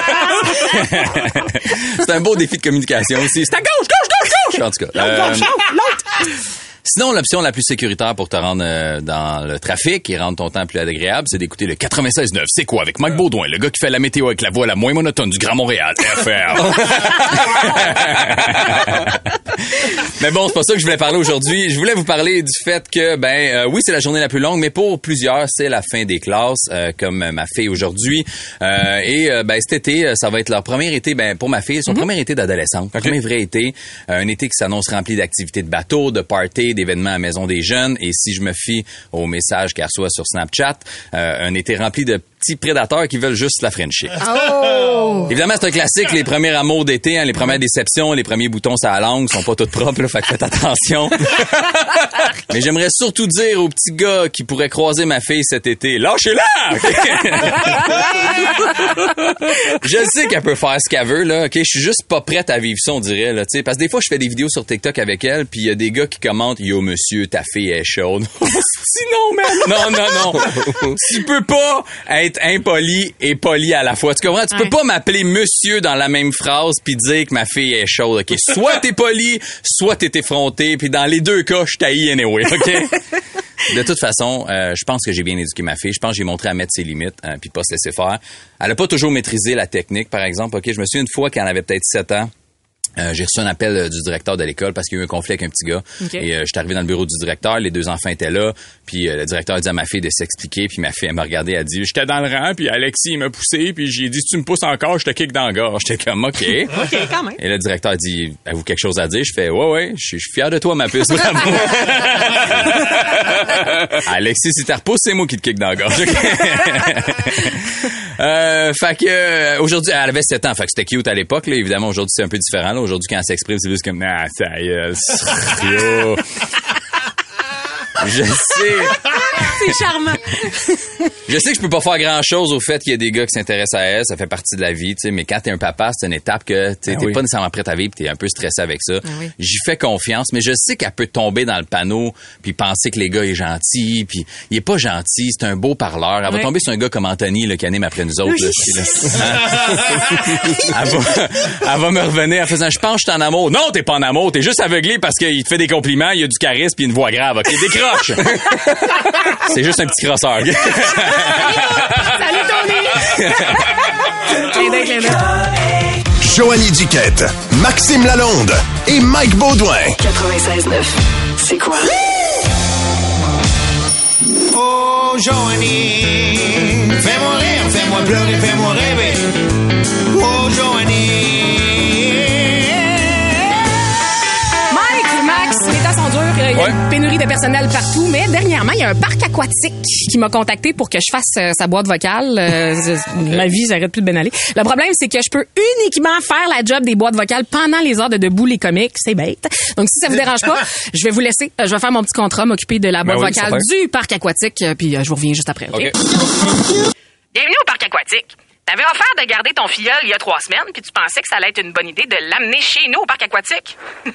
c'est un beau défi de communication aussi. C'est à gauche, gauche, gauche, gauche! En tout cas. L'autre, gauche, l'autre! Sinon, l'option la plus sécuritaire pour te rendre euh, dans le trafic et rendre ton temps plus agréable, c'est d'écouter le quatre-vingt-seize neuf. C'est quoi? Avec Mike Baudouin, le gars qui fait la météo avec la voix la moins monotone du Grand Montréal. F R. Mais bon, c'est pas ça que je voulais parler aujourd'hui. Je voulais vous parler du fait que, ben, euh, oui, c'est la journée la plus longue, mais pour plusieurs, c'est la fin des classes, euh, comme ma fille aujourd'hui. Euh, et, euh, ben, cet été, ça va être leur premier été, ben, pour ma fille, son mm-hmm. premier été d'adolescente. Okay. Premier vrai été. Euh, un été qui s'annonce rempli d'activités de bateau, de party, d'événements à la Maison des Jeunes. Et si je me fie aux messages qu'elle reçoit sur Snapchat, euh, un été rempli de petits prédateurs qui veulent juste la Frenchie. Oh! Évidemment, c'est un classique, les premiers amours d'été, hein, les premières déceptions, les premiers boutons sur la langue sont pas toutes propres, là, fait que faites attention. Mais j'aimerais surtout dire aux petits gars qui pourraient croiser ma fille cet été, lâchez-la! Je sais qu'elle peut faire ce qu'elle veut, là, ok? Je suis juste pas prête à vivre ça, on dirait, là, tu sais. Parce que des fois, je fais des vidéos sur TikTok avec elle, puis il y a des gars qui commentent, yo, monsieur, ta fille est chaude. Sinon, man! Non, non, non. Tu peux pas être impoli et poli à la fois. Tu comprends? Tu peux ouais. pas m'appeler monsieur dans la même phrase puis dire que ma fille est chaude, OK? Soit t'es poli, soit t'es effronté, puis dans les deux cas, je t'haïs anyway, OK? De toute façon, euh, je pense que j'ai bien éduqué ma fille. Je pense que j'ai montré à mettre ses limites hein, puis pas se laisser faire. Elle a pas toujours maîtrisé la technique, par exemple, OK? Je me souviens une fois quand elle avait peut-être sept ans, Euh, j'ai reçu un appel euh, du directeur de l'école parce qu'il y a eu un conflit avec un petit gars. Okay. Et euh, j'étais arrivé dans le bureau du directeur, les deux enfants étaient là, puis euh, le directeur a dit à ma fille de s'expliquer, puis ma fille, elle m'a regardé, elle a dit « J'étais dans le rang, puis Alexis, il m'a poussé, puis j'ai dit « Si tu me pousses encore, je te kick dans la gorge. » J'étais comme « OK. » OK, quand même. Et le directeur a dit « Avez-vous quelque chose à dire? » Je fais « Ouais, ouais, je suis fier de toi, ma puce. Bravo. » Alexis, si t'as repoussé, c'est moi qui te kick dans la gorge. Euh, fait que euh, aujourd'hui, elle avait sept ans, fait que c'était cute à l'époque, là. Évidemment, aujourd'hui, c'est un peu différent, là. Aujourd'hui, quand elle s'exprime, c'est juste comme ah, ça y est, yo. Je sais. C'est charmant. Je sais que je peux pas faire grand-chose au fait qu'il y a des gars qui s'intéressent à elle, ça fait partie de la vie, tu sais, mais quand t'es un papa, c'est une étape que t'es ah oui. pas nécessairement prêt à vivre, t'es un peu stressé avec ça. Ah oui. J'y fais confiance, mais je sais qu'elle peut tomber dans le panneau puis penser que les gars est gentil, puis il est pas gentil, c'est un beau parleur. Elle oui. va tomber sur un gars comme Anthony là, qui anime après nous autres. Oui. Là, là. elle, va, elle va me revenir en faisant « Je pense que je suis en amour. » Non, t'es pas en amour, t'es juste aveuglé parce qu'il te fait des compliments, il a du charisme puis une voix grave. OK, décroche. croche. C'est juste un petit crosseur. Salut, Tony! Clin d'œil, clin d'œil. Joanie Duquette, Maxime Lalonde et Mike Baudouin. quatre-vingt-seize neuf. C'est quoi? Oh, Joanie, fais-moi rire, fais-moi pleurer, fais-moi rêver. Oh, Joanie. Mike, Max, les temps sont durs. Il y a Ouais. une pénurie de personnel partout. Mais dernièrement, il y a un parc aquatique qui m'a contacté pour que je fasse euh, sa boîte vocale. Euh, ma vie, ça arrête plus de bien aller. Le problème, c'est que je peux uniquement faire la job des boîtes vocales pendant les heures de Debout les comiques. C'est bête. Donc, si ça vous dérange pas, je vais vous laisser. Euh, Je vais faire mon petit contrat, m'occuper de la boîte Ben oui, vocale certain. du parc aquatique. euh, Puis, euh, je vous reviens juste après. OK? OK. Bienvenue au parc aquatique. T'avais offert de garder ton filleul il y a trois semaines, puis tu pensais que ça allait être une bonne idée de l'amener chez nous au parc aquatique.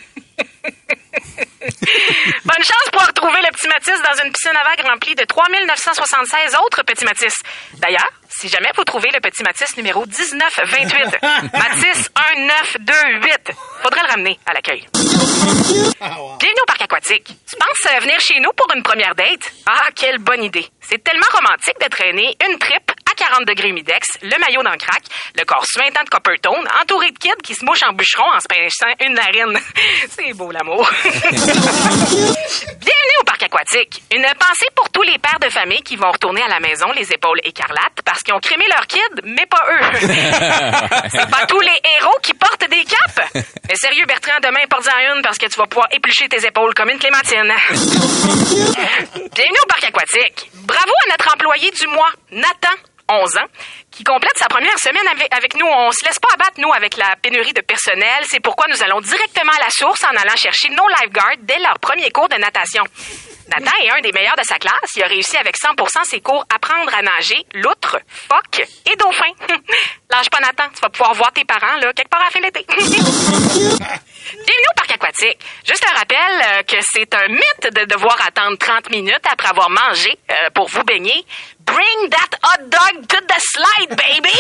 Bonne chance pour retrouver le petit Mathis dans une piscine à vagues remplie de trois mille neuf cent soixante-seize autres petits Mathis. D'ailleurs, si jamais vous trouvez le petit Mathis numéro dix-neuf vingt-huit, Mathis un neuf deux huit, faudrait le ramener à l'accueil. Bienvenue au parc aquatique. Tu penses euh, venir chez nous pour une première date? Ah, quelle bonne idée. C'est tellement romantique de traîner une tripe à quarante degrés humidex, le maillot dans le crack, le corps suintant de Coppertone, entouré de kids qui se mouchent en bûcheron en se pinçant une narine. C'est beau l'amour. Bienvenue au parc aquatique. Une pensée pour tous les pères de famille qui vont retourner à la maison les épaules écarlates parce qu'ils ont crémé leurs kids, mais pas eux. C'est pas tous les héros qui portent des capes. Mais sérieux, Bertrand, demain, porte-en une parce que tu vas pouvoir éplucher tes épaules comme une clémentine. Bienvenue au parc aquatique. Bravo à notre employé du mois, Nathan, onze ans, qui complète sa première semaine avec, avec nous. On se laisse pas abattre, nous, avec la pénurie de personnel. C'est pourquoi nous allons directement à la source en allant chercher nos lifeguards dès leur premier cours de natation. Nathan est un des meilleurs de sa classe. Il a réussi avec cent pour cent ses cours apprendre à nager, loutre, phoque et dauphin. Lâche pas, Nathan. Tu vas pouvoir voir tes parents, là, quelque part à la fin de l'été. Bienvenue au parc aquatique. Juste un rappel euh, que c'est un mythe de devoir attendre trente minutes après avoir mangé euh, pour vous baigner. Bring that hot dog to the slide, baby!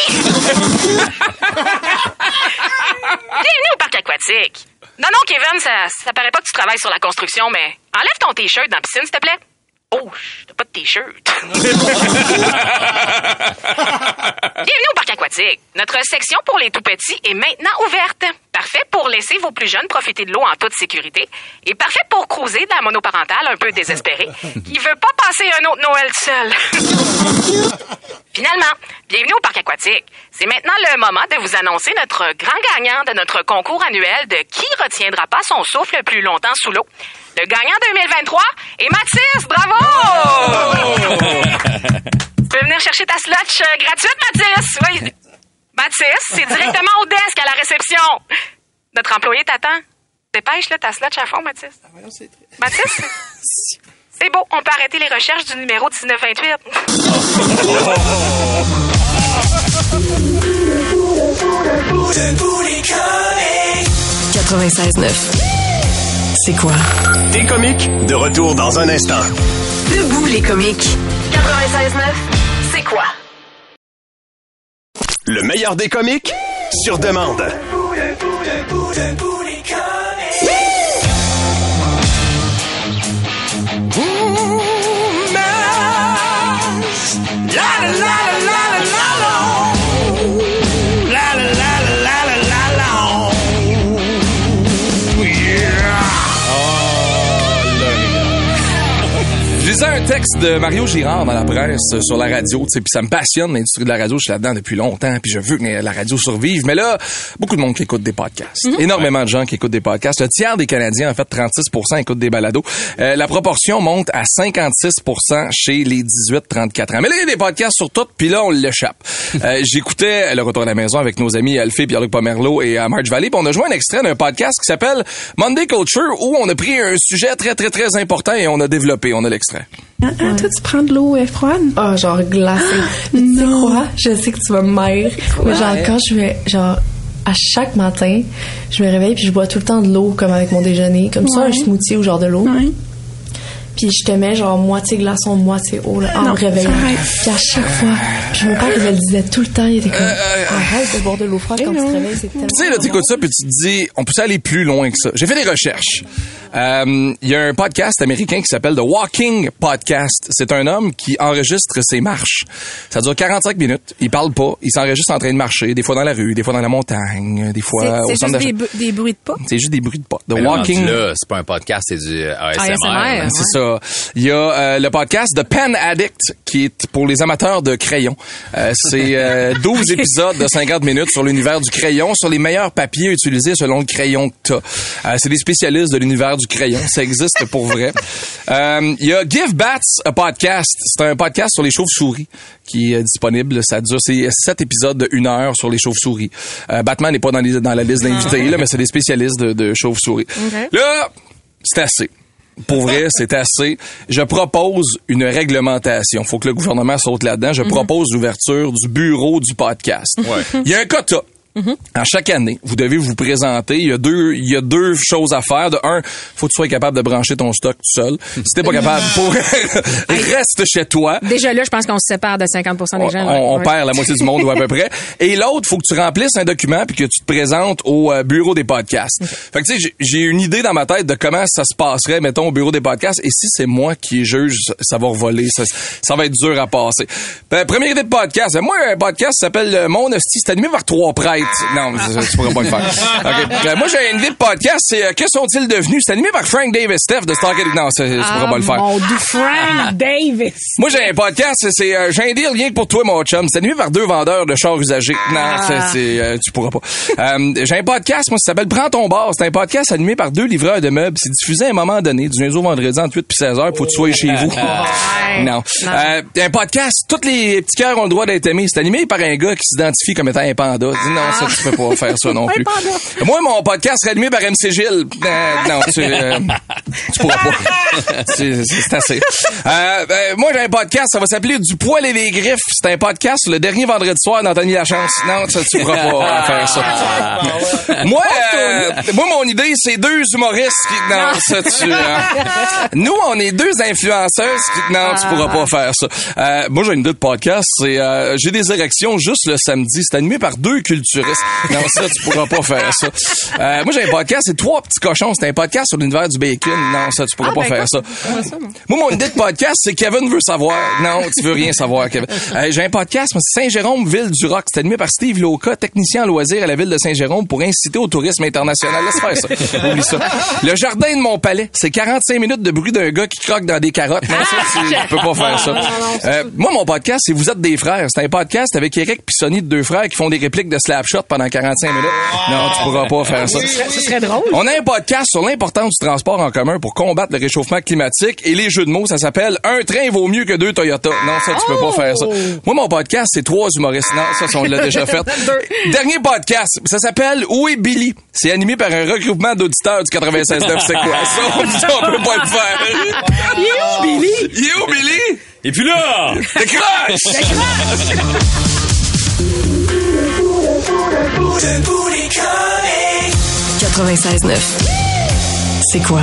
Bienvenue au parc aquatique. Non, non, Kevin, ça, ça paraît pas que tu travailles sur la construction, mais enlève ton t-shirt dans la piscine, s'il te plaît. Oh, t'as pas de t-shirt. Bienvenue au parc aquatique. Notre section pour les tout-petits est maintenant ouverte. Parfait pour laisser vos plus jeunes profiter de l'eau en toute sécurité. Et parfait pour cruiser de la monoparentale un peu désespérée qui veut pas passer un autre Noël seul. Finalement, bienvenue au parc aquatique. C'est maintenant le moment de vous annoncer notre grand gagnant de notre concours annuel de qui retiendra pas son souffle plus longtemps sous l'eau. Le gagnant deux mille vingt-trois est Mathis. Bravo! Tu peux venir chercher ta slotch euh, gratuite, Mathis. Oui. Mathis, c'est directement au desk à la réception. Notre employé t'attend. Dépêche, là, ta slotch à fond, Mathis. Mathis, c'est beau. On peut arrêter les recherches du numéro dix-neuf vingt-huit. quatre-vingt-seize neuf. C'est quoi? Des comiques, de retour dans un instant. Debout les comiques. quatre-vingt-seize neuf. C'est quoi? Le meilleur des comiques, sur demande. Je lisais un texte de Mario Girard dans la presse euh, sur la radio, tu sais, puis ça me passionne l'industrie de la radio, je suis là-dedans depuis longtemps, puis je veux que la radio survive. Mais là, beaucoup de monde qui écoute des podcasts, Mm-hmm. énormément de gens qui écoutent des podcasts. Le tiers des Canadiens, en fait, trente-six pour cent écoutent des balados. Euh, la proportion monte à cinquante-six pour cent chez les dix-huit trente-quatre ans. Mais là, il y a des podcasts sur tout, puis là, on l'échappe. euh, J'écoutais Le Retour à la maison avec nos amis Alphée, Pierre-Luc Pomerleau et euh, Marge Vallée, puis on a joué un extrait d'un podcast qui s'appelle Monday Culture, où on a pris un sujet très, très, très important et on a développé. On a l'extrait. Ah, ah, toi, tu prends de l'eau euh, froide? Ah, genre glacée. Tu sais quoi? Je sais que tu vas me maire. Mais genre, quand je vais, genre, à chaque matin, je me réveille puis je bois tout le temps de l'eau, comme avec mon déjeuner. Comme ça, Ouais. un smoothie ou genre de l'eau. Ouais. Puis je te mets genre moitié glaçon, moitié eau là, en Non, me réveillant. arrête. Puis à chaque fois, puis mon père il me le disait tout le temps, il était comme arrête de boire de l'eau froide quand tu te réveilles, c'est tellement. Tu sais, là, t'écoutes ça, puis tu te dis, on peut aller plus loin que ça. J'ai fait des recherches. Euh, Il y a un podcast américain qui s'appelle The Walking Podcast. C'est un homme qui enregistre ses marches. Ça dure quarante-cinq minutes. Il parle pas. Il s'enregistre en train de marcher, des fois dans la rue, des fois dans la montagne, des fois C'est, au c'est centre juste d'achat. des, bu- des bruits de pas. C'est juste des bruits de pas. The Mais là, Walking... rendu là, c'est pas un podcast, c'est du A S M R. A S M R. là. C'est ça. Il y a euh, le podcast The Pen Addict qui est pour les amateurs de crayons. Euh, c'est euh, douze épisodes de cinquante minutes sur l'univers du crayon, sur les meilleurs papiers utilisés selon le crayon que t'as. Euh, c'est des spécialistes de l'univers du crayon. Ça existe pour vrai. Euh, Il y a Give Bats a Podcast. C'est un podcast sur les chauves-souris qui est disponible. Ça dure, c'est sept épisodes de une heure sur les chauves-souris. Euh, Batman n'est pas dans, les, dans la liste d'invités, là, mais c'est des spécialistes de, de chauves-souris. Okay. Là, c'est assez. Pour vrai, c'est assez. Je propose une réglementation. Faut que le gouvernement saute là-dedans. Je Mm-hmm. propose l'ouverture du bureau du podcast. Ouais. Il y a un quota. Mm-hmm. À chaque année, vous devez vous présenter. Il y a deux, il y a deux choses à faire. De un, faut que tu sois capable de brancher ton stock tout seul. Si t'es pas capable, pour reste chez toi. Déjà là, je pense qu'on se sépare de cinquante pour cent des On, gens. on- on Ouais. perd la moitié du monde ou à peu près. Et l'autre, faut que tu remplisses un document puis que tu te présentes au euh, bureau des podcasts. Fait que tu sais, j'ai- j'ai une idée dans ma tête de comment ça se passerait, mettons, au bureau des podcasts. Et si c'est moi qui juge, ça, ça va revoler. Ça, ça va être dur à passer. Ben, première idée de podcast. Moi, un podcast s'appelle euh, Mon Hostie. C'est animé par trois prêtres. Non, ça, tu pourras pas le faire. Okay. Ben, moi, j'ai une idée de podcast. C'est euh, Que sont-ils devenus? C'est animé par Frank Davis Steph de Stargate. Non, ça, tu pourras pas le faire. Mon doux Frank Davis. Moi, j'ai un podcast, c'est- c'est euh, j'ai un deal rien que pour toi, mon chum. C'est animé par deux vendeurs de chars usagés. Non, c'est, c'est, euh, tu pourras pas. Euh, j'ai un podcast, moi, ça s'appelle Prends ton bar. C'est un podcast animé par deux livreurs de meubles. C'est diffusé à un moment donné, du lundi au vendredi, entre huit puis seize heures, faut que tu sois chez vous. Non. Non. Euh, un podcast, tous les petits cœurs ont le droit d'être aimés. C'est animé par un gars qui s'identifie comme étant un panda. Dis, non, ça, tu peux pas faire ça non plus. Moi, mon podcast serait animé par M C Gilles. Euh, non, tu, euh, tu pourras pas. C'est, c'est, c'est assez. Euh, ben, moi, j'ai un podcast, ça va s'appeler Du poil et les griffes. C'est un podcast le dernier vendredi soir d'Anthony Lachance. Non, ça, tu pourras pas faire ça. moi, euh, moi, mon idée, c'est deux humoristes qui... Non, ça, tu... euh, nous, on est deux influenceuses qui... Non, tu pourras pas faire ça. Euh, moi, j'ai une idée de podcast, c'est... Euh, j'ai des érections juste le samedi. C'est animé par deux culturistes. Non, ça, tu pourras pas faire ça. Euh, moi, j'ai un podcast, c'est Trois petits cochons. C'est un podcast sur l'univers du bacon. Non, ça, tu pourras Ah, pas ben, faire ça. ça, moi. Moi, mon idée de podcast, c'est Kevin veut savoir. Non, tu veux rien savoir, Kevin. Euh, j'ai un podcast, moi, c'est Saint-Jérôme, ville du rock. C'est animé par Steve Loca, technicien en loisirs à la ville de Saint-Jérôme pour inciter au tourisme international. Laisse faire ça. Oublie ça. Le jardin de mon palais, c'est quarante-cinq minutes de bruit d'un gars qui croque dans des carottes. Non, ça, tu, tu peux pas faire ça. Euh, moi, mon podcast, c'est Vous êtes des frères. C'est un podcast avec Eric puis Sonny de deux frères qui font des répliques de Slapshot pendant quarante-cinq minutes. Non, tu pourras pas faire ça. Ce serait drôle. On a un podcast sur l'importance du transport en commun pour combattre le réchauffement climatique et les jeux de mots, ça s'appelle Un train vaut mieux que deux Toyota. Non, ça, tu peux pas faire ça. Moi, mon podcast, c'est Trois humoristes. Non, ça, on l'a déjà fait. Dernier podcast, ça s'appelle Où est Billy? C'est animé par un regroupement d'auditeurs du quatre-vingt-seize neuf. C'est quoi ça? Ça, on peut pas le faire. Il est où, Billy? Il est où, Billy? Et puis là! Décroche! quatre-vingt-seize neuf. C'est quoi?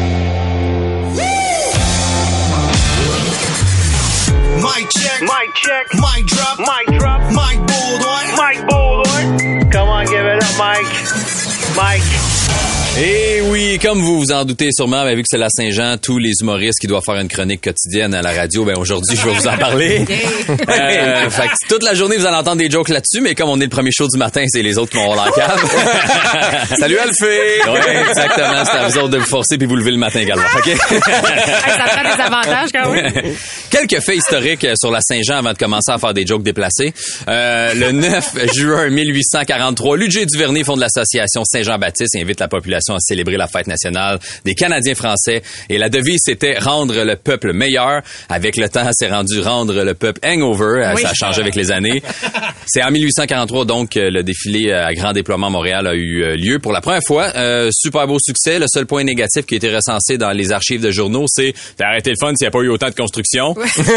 Mic check. Mic check. Mic drop. Mic drop. Mic Baldwin. Mic Baldwin. Come on, give it up, Mike. Mike. Et oui, comme vous vous en doutez sûrement, ben, vu que c'est la Saint-Jean, tous les humoristes qui doivent faire une chronique quotidienne à la radio, ben aujourd'hui, je vais vous en parler. Euh, fait que toute la journée, vous allez entendre des jokes là-dessus, mais comme on est le premier show du matin, c'est les autres qui vont avoir la cave. Salut, Alphée! Oui, exactement. C'est à vous autres de vous forcer puis vous lever le matin également. OK? Hey, ça prend des avantages quand même. Quelques faits historiques sur la Saint-Jean avant de commencer à faire des jokes déplacés. Euh, le neuf juin mille huit cent quarante-trois, Ludger Duvernay fonde l'association Saint-Jean-Baptiste et invite la population à célébrer la fête nationale des Canadiens français. Et la devise, c'était rendre le peuple meilleur. Avec le temps, c'est rendu rendre le peuple hangover. Oui. Ça a changé avec les années. C'est en mille huit cent quarante-trois, donc, le défilé à grand déploiement à Montréal a eu lieu pour la première fois. Euh, super beau succès. Le seul point négatif qui a été recensé dans les archives de journaux, c'est t'as arrêté le fun s'il n'y a pas eu autant de construction.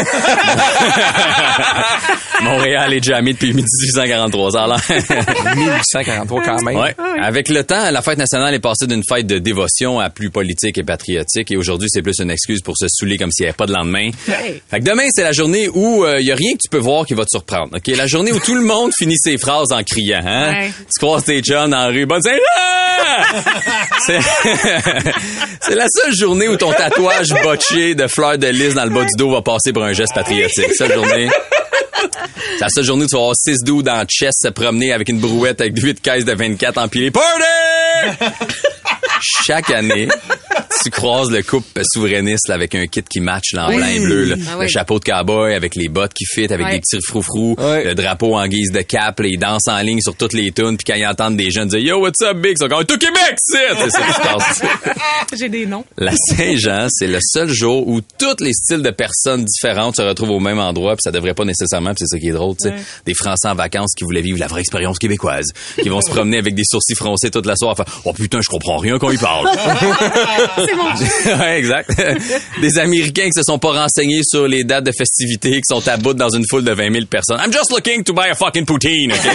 Montréal est jamais depuis dix-huit cent quarante-trois. Ça a l'air. mille huit cent quarante-trois quand même. Ouais. Avec le temps, la fête nationale est passée passé d'une fête de dévotion à plus politique et patriotique. Et aujourd'hui, c'est plus une excuse pour se saouler comme s'il n'y avait pas de lendemain. Hey. Fait que demain, c'est la journée où il euh, y a rien que tu peux voir qui va te surprendre. Ok, la journée où tout le monde finit ses phrases en criant. Hein? Ouais. Tu croises tes chums dans la rue. Bonne Saint-Jean! c'est... c'est la seule journée où ton tatouage botché de fleurs de lys dans le bas du dos va passer pour un geste patriotique. Cette journée... C'est la seule journée où tu vas avoir six dos dans le chest se promener avec une brouette avec huit caisses de vingt-quatre empilées. Party! Chaque année, tu croises le couple souverainiste là, avec un kit qui match là, en Oui. blanc et bleu. Là. Ah le oui. chapeau de cowboy avec les bottes qui fit, avec Ouais. des petits froufrous, Ouais. le drapeau en guise de cap, là, ils dansent en ligne sur toutes les tunes, puis quand ils entendent des jeunes dire « Yo, what's up, big? » Ils sont comme « Tout Québec, c'est! » C'est ça qui se passe. J'ai des noms. La Saint-Jean, c'est le seul jour où tous les styles de personnes différentes se retrouvent au même endroit, puis ça devrait pas nécessairement, puis c'est ça qui est drôle, tu sais. Ouais. Des Français en vacances qui voulaient vivre la vraie expérience québécoise, qui vont se promener avec des sourcils froncés toute la soirée, faire « Oh putain, je comprends rien quand ils parlent. » C'est mon Ouais, exact. Des Américains qui se sont pas renseignés sur les dates de festivités, qui sont à bout dans une foule de vingt mille personnes. I'm just looking to buy a fucking poutine, OK?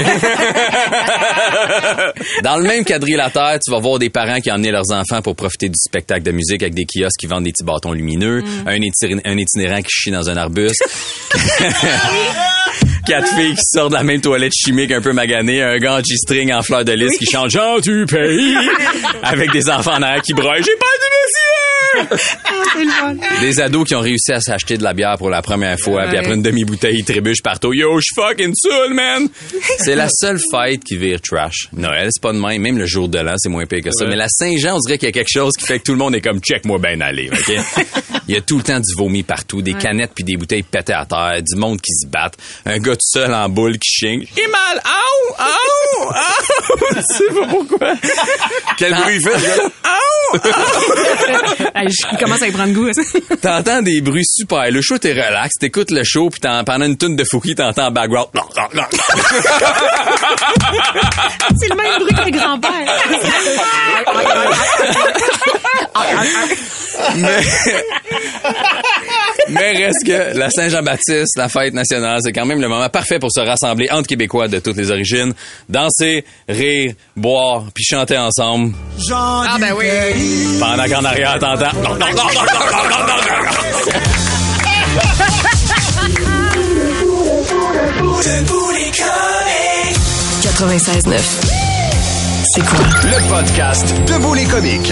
Dans le même quadrilatère, tu vas voir des parents qui ont emmené leurs enfants pour profiter du spectacle de musique avec des kiosques qui vendent des petits bâtons lumineux, Mm. un, itinérant, un itinérant qui chie dans un arbuste. Quatre filles qui sortent de la même toilette chimique un peu maganée, un gars en G-string en fleur de lys qui chante « Jean du pays » avec des enfants en arrière qui broient « J'ai pas du monsieur! » Des ados qui ont réussi à s'acheter de la bière pour la première fois, Ouais. puis après une demi-bouteille, ils trébuchent partout. « Yo, je suis fucking saoul, man! » C'est la seule fête qui vire trash. Noël, c'est pas de même. Même le jour de l'an, c'est moins pire que ça. Ouais. Mais la Saint-Jean, on dirait qu'il y a quelque chose qui fait que tout le monde est comme « Check-moi ben aller, OK? » Il y a tout le temps du vomi partout, des Ouais. canettes puis des bouteilles pétées à terre, du monde qui se batte, un gars tout seul en boule qui chigne. J'ai mal! Aouh! Aouh! Aouh! Je sais pas pourquoi. Quel bruit il fait, ce gars-là? Hey, je commence à y prendre goût. T'entends des bruits super. Le show, t'es relax. T'écoutes le show, puis pendant une tune de Fouki, t'entends en background. C'est le même bruit que mes grands-pères. Mais... Mais reste que la Saint-Jean-Baptiste, la fête nationale, c'est quand même le moment parfait pour se rassembler entre Québécois de toutes les origines, danser, rire, boire, puis chanter ensemble. Ah ben oui. Pendant qu'en arrière, t'entends... quatre-vingt-seize neuf. C'est quoi? Le podcast Debout les comiques.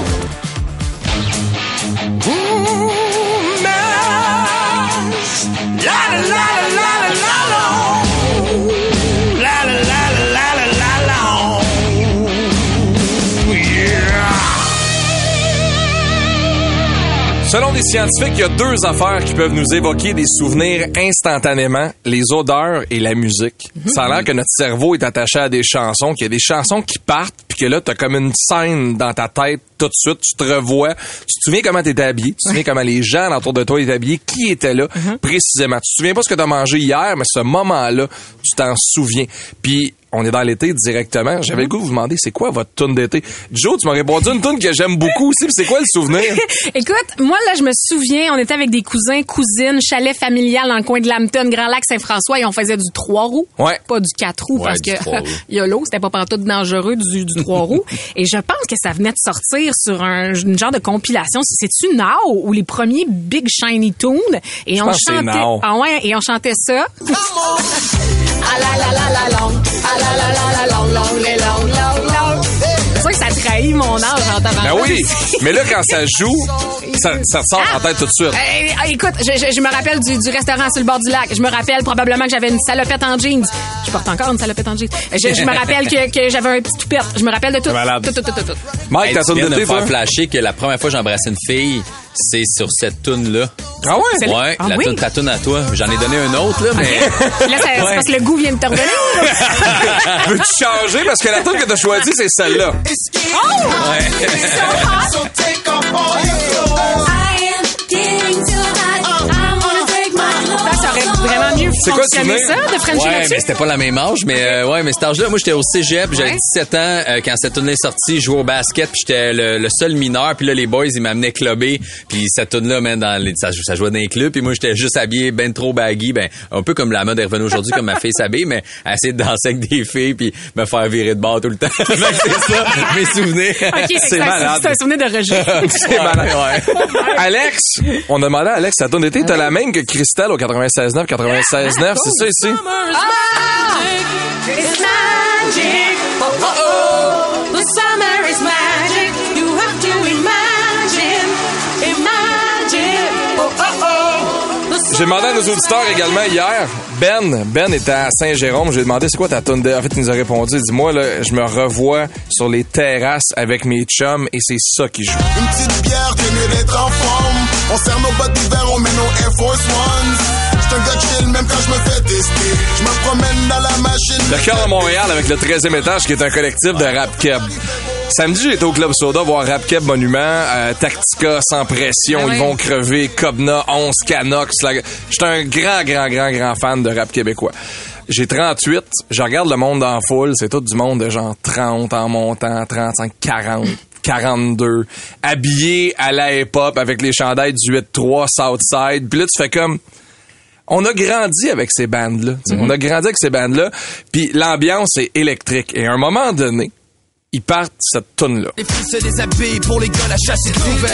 Selon des scientifiques, il y a deux affaires qui peuvent nous évoquer des souvenirs instantanément, les odeurs et la musique. Ça a l'air que notre cerveau est attaché à des chansons, qu'il y a des chansons qui partent, puis que là, t'as comme une scène dans ta tête tout de suite, tu te revois, tu te souviens comment t'étais habillé, tu te souviens comment les gens autour de toi étaient habillés, qui était là, précisément. Tu te souviens pas ce que t'as mangé hier, mais ce moment-là, tu t'en souviens. Puis, on est dans l'été directement. J'avais le goût de vous demander, c'est quoi votre tune d'été? Joe, tu m'as répondu une tune que j'aime beaucoup aussi, puis c'est quoi le souvenir? Écoute, moi, là, je me souviens, on était avec des cousins, cousines, chalet familial dans le coin de Lambton, Grand Lac, Saint-François, et on faisait du trois roues. Ouais. Pas du quatre roues, Ouais, parce du que trois roues. YOLO, c'était pas pantoute dangereux du, du trois roues. Et je pense que ça venait de sortir sur un une genre de compilation. C'est-tu Now ou les premiers Big Shiny Tunes? Et Je on pense que c'est chantait. Now. Ah ouais, et on chantait ça. Ah la la la la long, ah la la la la long, long, les long, long, long. C'est sûr que ça trahit mon âge en tabarnak. Ben oui, mais là, quand ça joue, ça, ça sort en tête tout de suite. Eh, eh, écoute, je, je, je me rappelle du, du restaurant sur le bord du lac. Je me rappelle probablement que j'avais une salopette en jeans. Je porte encore une salopette en jeans. Je, je me rappelle que, que j'avais un petit toupette. Je me rappelle de tout. C'est malade. Tout, tout, tout, tout, tout. Mike, Hey, ta tu tune viens de d'été, me faire toi? flasher que la première fois que j'ai embrassé une fille, c'est sur cette toune-là. Ah ouais? C'est- Ouais, Ah la oui? toune, ta toune à toi. J'en ai donné un autre, là, mais... Puis là, ça- c'est Ouais. parce que le goût vient de te revenir. Veux-tu changer? Parce que la tune que t'as choisie, c'est celle-là. Ça, ça aurait vraiment mieux C'est quoi, tu fonctionné souviens? ça, de Frenchie Ouais, là-dessus? mais c'était pas la même âge, mais euh, ouais, mais cet âge-là, moi j'étais au cégep, j'avais Ouais. dix-sept ans euh, quand cette tune est sortie, je jouais au basket, puis j'étais le, le seul mineur, puis là les boys ils m'amenaient clubber, puis cette tune là, man, dans les, ça, ça jouait dans les clubs, puis moi j'étais juste habillé ben trop baggy, ben un peu comme la mode est revenue aujourd'hui, comme ma fille s'habille, mais essayer de danser avec des filles, puis me faire virer de bord tout le temps. Fait que c'est ça, mes souvenirs. OK, C'est c'est malade. C'est un souvenir de rejet. C'est malade. Ouais. Alex, on a demandé à Alex sa tourne d'été. T'as la même que Christelle au quatre-vingt-seize neuf, quatre-vingt-seize neuf, c'est ça ici? It's magic. Oh, oh, oh. The summer is magic. You have to imagine. Imagine. Oh, oh, oh. The J'ai demandé à nos auditeurs également hier. Ben, Ben était à Saint-Jérôme. J'ai demandé c'est quoi ta tourne de... En fait, il nous a répondu. Il dit, moi, là, je me revois sur les terrasses avec mes chums et c'est ça qui joue. Une petite bière qui est mieux d'être en forme. On serre nos bottes d'hiver, on met nos Air Force Ones. J'suis un gars chill même quand je me fais tester. Je me promène dans la machine. Le cœur de Montréal avec le treizième étage qui est un collectif de rap keb. Samedi, j'étais au Club Soda voir Rap Keb Monument, euh, Tactica, Sans Pression, Ah ouais. Ils vont crever, Cobna, onze, Canox. La... J'étais un grand, grand, grand, grand fan de rap québécois. J'ai trente-huit, je regarde le monde en foule, c'est tout du monde de genre trente en montant, trente-cinq, quarante. quarante-deux, habillé à la hip-hop avec les chandails du huit trois Southside. Puis là, tu fais comme... On a grandi avec ces bandes-là. Mm-hmm. On a grandi avec ces bandes-là. Puis l'ambiance est électrique. Et à un moment donné, ils partent cette toune-là. Les filles se déshabillent pour les gars, la chasse est ouverte.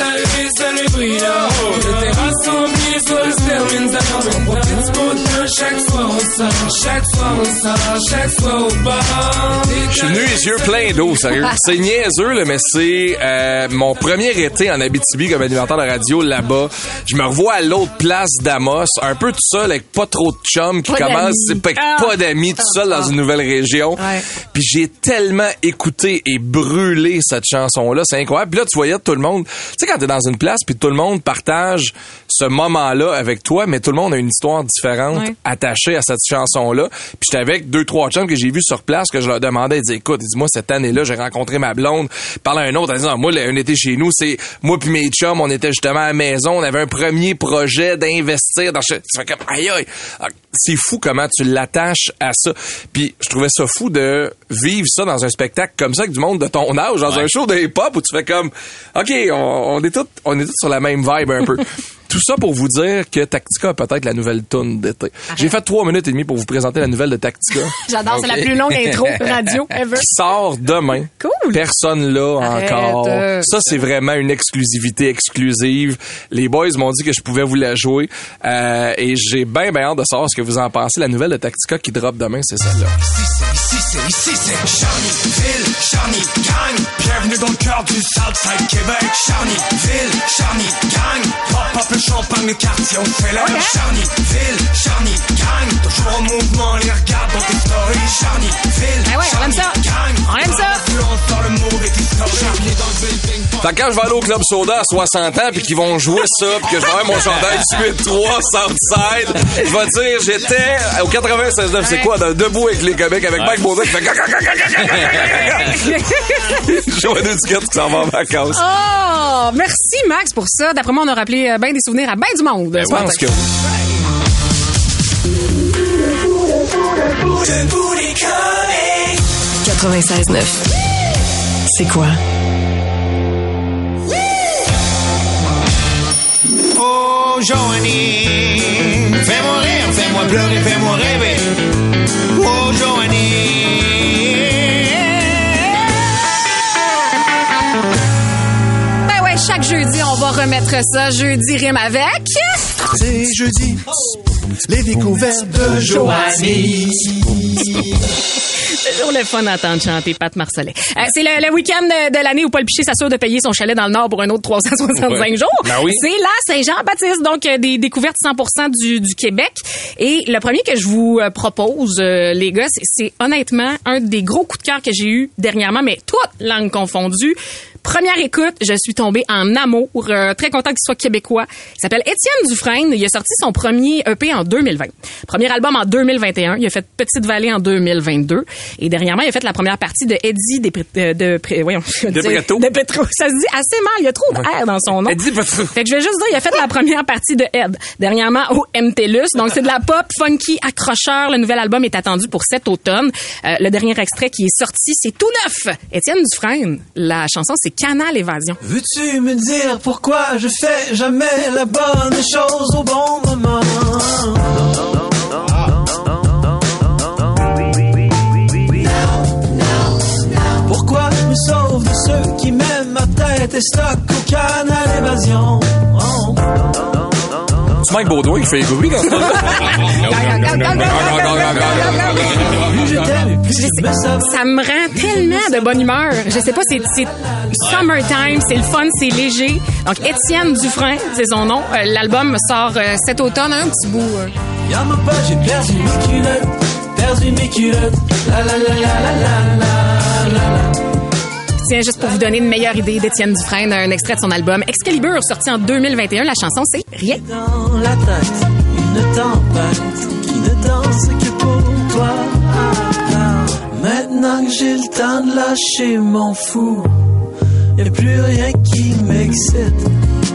Je suis venu les yeux pleins d'eau, sérieux. C'est niaiseux, là, mais c'est euh, mon premier été en Abitibi comme animateur de radio là-bas. Je me revois à l'autre place d'Amos, un peu tout seul, avec pas trop de chums qui Pas commencent, d'amis. avec Ah. pas d'amis, tout seul dans une nouvelle région. Ouais. Puis j'ai tellement écouté et brûlé cette chanson-là, c'est incroyable. Puis là, tu voyais tout le monde. Tu sais, quand t'es dans une place, puis tout le monde partage ce moment-là avec toi, mais tout le monde a une histoire différente Ouais. attachée à cette chanson-là. Puis j'étais avec deux, trois chums que j'ai vus sur place, que je leur demandais, ils disaient, écoute, dis-moi, cette année-là, j'ai rencontré ma blonde. Parle à un autre, en disant, moi, un été chez nous, c'est moi puis mes chums, on était justement à la maison, on avait un premier projet d'investir dans... Tu fais comme, aïe, aïe. C'est fou comment tu l'attaches à ça. Puis je trouvais ça fou de vivre ça dans un spectacle comme ça avec du monde de ton âge, dans Ouais. un show de hip-hop où tu fais comme, OK, on, on est tous on est tous sur la même vibe un peu. Tout ça pour vous dire que Tactica a peut-être la nouvelle toune d'été. J'ai fait trois minutes et demie pour vous présenter la nouvelle de Tactica. J'adore, c'est la plus longue intro radio ever. Qui sort demain. Cool. Personne là Arrête. encore. Ça, c'est vraiment une exclusivité exclusive. Les boys m'ont dit que je pouvais vous la jouer. Euh, et j'ai bien, bien hâte de savoir ce que vous en pensez. La nouvelle de Tactica qui drop demain, c'est celle-là. Ici c'est, ici c'est, ici c'est Charnyville, Charny Gang. Bienvenue dans le cœur du Southside Québec. Charnyville, Charny Gang. Pop up le champagne, le quartier, on célèbre. Okay. Charnyville, Charny Gang. Toujours en mouvement, les regarde dans tes stories. Charnyville, Ben ouais, on aime ça. Gang. On aime ça. Influence dans le mot et historique. Charny dans le building. Fait que quand je vais aller au Club Soda à soixante ans puis qu'ils vont jouer ça puis que je vais avoir mon chandail huit trois Southside, je vais dire j'étais au quatre-vingt-seize neuf, c'est quoi, dans Debout avec les comiques avec Mike Baudin qui fait Joël Duquette qui s'en va en vacances. Oh, merci Max pour ça. D'après moi, on a rappelé euh, bien des souvenirs à bien du monde. Ben, ce je pense matin. que quatre-vingt-seize neuf. C'est quoi? Oh, Joanie, fais-moi rire, fais-moi pleurer, fais-moi rêver. Oh, Joanie. Ben ouais, chaque jeudi, on va remettre ça. Jeudi rime avec... C'est jeudi, les découvertes de Joanie. Toujours le fun d'entendre chanter Pat Marcellet. Euh, c'est le, le week-end de, de l'année où Paul Piché s'assure de payer son chalet dans le Nord pour un autre trois cent soixante-cinq Ouais. jours. Ben oui. C'est la Saint-Jean-Baptiste, donc euh, des découvertes cent pour cent du, du Québec. Et le premier que je vous euh, propose, euh, les gars, c'est, c'est honnêtement un des gros coups de cœur que j'ai eu dernièrement, mais toutes langues confondues. Première écoute, je suis tombée en amour. Euh, très content qu'il soit québécois. Il s'appelle Étienne Dufresne. Il a sorti son premier E P en deux mille vingt. Premier album en deux mille vingt et un. Il a fait Petite Vallée en deux mille vingt-deux. Et dernièrement, il a fait la première partie de Eddie de, de, de, de voyons, de Préto. De Petro. Ça se dit assez mal. Il y a trop de R dans son nom. Eddie Petro. Fait que je vais juste dire, il a fait la première partie de Ed. Dernièrement au M T L U S. Donc c'est de la pop funky accrocheur. Le nouvel album est attendu pour cet automne. Euh, le dernier extrait qui est sorti, c'est tout neuf. Étienne Dufresne. La chanson, c'est Canal Évasion. Veux-tu me dire pourquoi je fais jamais la bonne chose au bon moment? Pourquoi je me sauve de ceux qui m'aiment ma tête et stock au Canal Évasion? Oh. C'est Mike Baudouin qui fait les bruits dans ce temps-là. Ça me rend tellement de bonne humeur. Je sais pas, c'est, c'est summertime, c'est le fun, c'est léger. Donc, Étienne Dufresne, c'est son nom. Euh, l'album sort euh, cet automne, un petit bout. Euh. Y'a ma pas, j'ai perdu mes culottes, perdu mes culottes. La la la la la la la la. Tiens, juste pour vous donner une meilleure idée d'Étienne Dufresne, un extrait de son album Excalibur, sorti en deux mille vingt et un. La chanson, c'est Rien. Dans la tête, une tempête qui ne danse que pour toi. Maintenant que j'ai le temps de lâcher mon fou, y'a plus rien qui m'excite.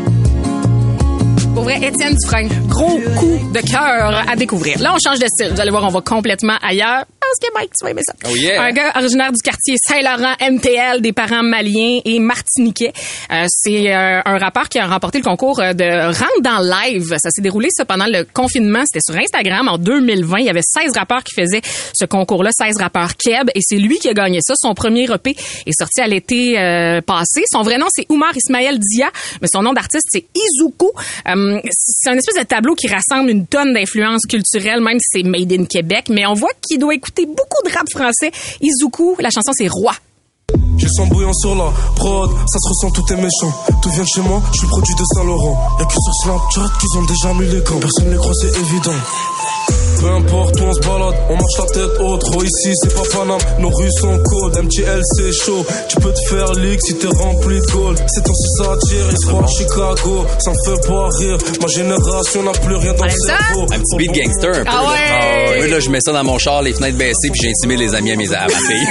Pour vrai, Étienne Dufresne, gros coup de cœur à découvrir. Là, on change de style. Vous allez voir, on va complètement ailleurs. Parce que Mike, tu vas aimer ça. Oh yeah. Un gars originaire du quartier Saint-Laurent, M T L, des parents maliens et martiniquais. Euh, c'est euh, un rappeur qui a remporté le concours de Rentre dans live. Ça s'est déroulé ça pendant le confinement. C'était sur Instagram en deux mille vingt. Il y avait seize rappeurs qui faisaient ce concours-là, seize rappeurs Keb. Et c'est lui qui a gagné ça. Son premier E P est sorti à l'été euh, passé. Son vrai nom, c'est Oumar Ismaël Dia, mais son nom d'artiste, c'est Izuku. Euh, c'est un espèce de tableau qui rassemble une tonne d'influences culturelles, même si c'est made in Québec. Mais on voit qu'il doit écouter beaucoup de rap français. Izuku, la chanson, c'est Roi. J'ai le sang bouillant sur la prod, ça se ressent, tout est méchant. Tout vient de chez moi, je suis le produit de Saint-Laurent. Y'a que sur Snapchat qu'ils ont déjà mis les gants. Personne les croit, c'est évident. Peu importe où on se balade, on marche la tête haute. Trop ici, c'est pas Paname, nos rues sont cold. M T L, c'est chaud, tu peux te faire leak si t'es rempli de gold. C'est temps si ça tire, ils se croient à Chicago. Ça me fait pas rire, ma génération n'a plus rien dans le cerveau. Un petit beat gangster un peu. Ah ouais! Moi, là, je mets ça dans mon char, les fenêtres baissées, puis j'intimide les amis à, mes, à ma fille.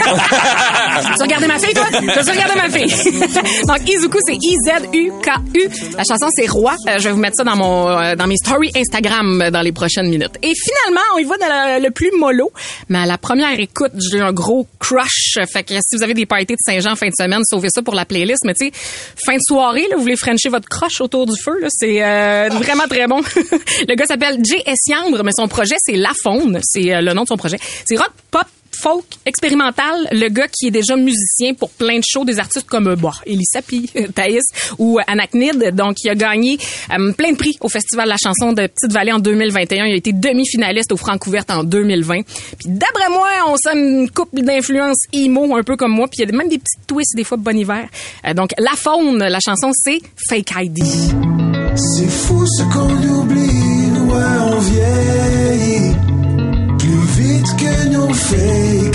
Tu regardes ma fille, toi? Tu regardes ma fille. Donc, Izuku, c'est I Z U K U. La chanson, c'est Roi. Euh, je vais vous mettre ça dans mon euh, dans mes stories Instagram euh, dans les prochaines minutes. Et finalement, on y va dans le, le plus mollo. Mais à la première écoute, j'ai eu un gros crush. Fait que si vous avez des parties de Saint-Jean fin de semaine, sauvez ça pour la playlist. Mais tu sais, fin de soirée, là, vous voulez frencher votre crush autour du feu, là, c'est euh, vraiment très bon. Le gars s'appelle J S Yandre, mais son projet, c'est La Faune. C'est euh, le nom de son projet. C'est rock, pop, folk, expérimental. Le gars qui est déjà musicien pour plein de shows, des artistes comme euh, bah, Elissa Pi, Thaïs ou euh, Anachnid. Donc, il a gagné euh, plein de prix au Festival de la chanson de Petite-Vallée en deux mille vingt et un. Il a été demi-finaliste au Francouverte en deux mille vingt. Puis d'après moi, on sent une couple d'influences emo, un peu comme moi. Puis il y a même des petites twists, des fois, Bon Hiver. Euh, donc, La Faune, la chanson, c'est Fake I D. C'est fou ce qu'on oublie, ouais, on vieillit plus vite que nos fake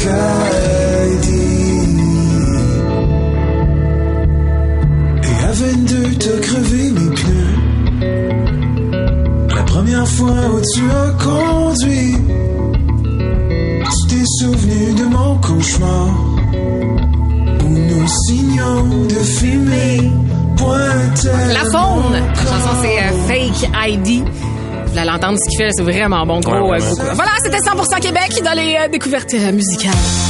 I D. Et à vingt-deux, t'as crevé mes pneus. La première fois où tu as conduit, tu t'es souvenu de mon cauchemar, où nos signaux de fumée pointaient. La Faune, la chanson, c'est euh, Fake I D. Vous allez entendre ce qu'il fait, c'est vraiment bon. Gros, ouais, ouais, euh, gros, ouais. Voilà, c'était cent pour cent Québec dans les euh, découvertes euh, musicales.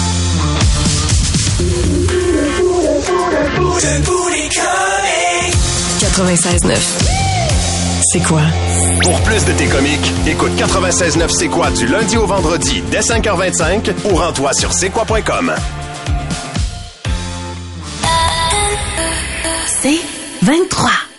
quatre-vingt-seize neuf. C'est quoi? Pour plus de tes comiques, écoute quatre-vingt-seize neuf C'est quoi du lundi au vendredi dès cinq heures vingt-cinq ou rends-toi sur c'est quoi point com. C'est vingt-trois.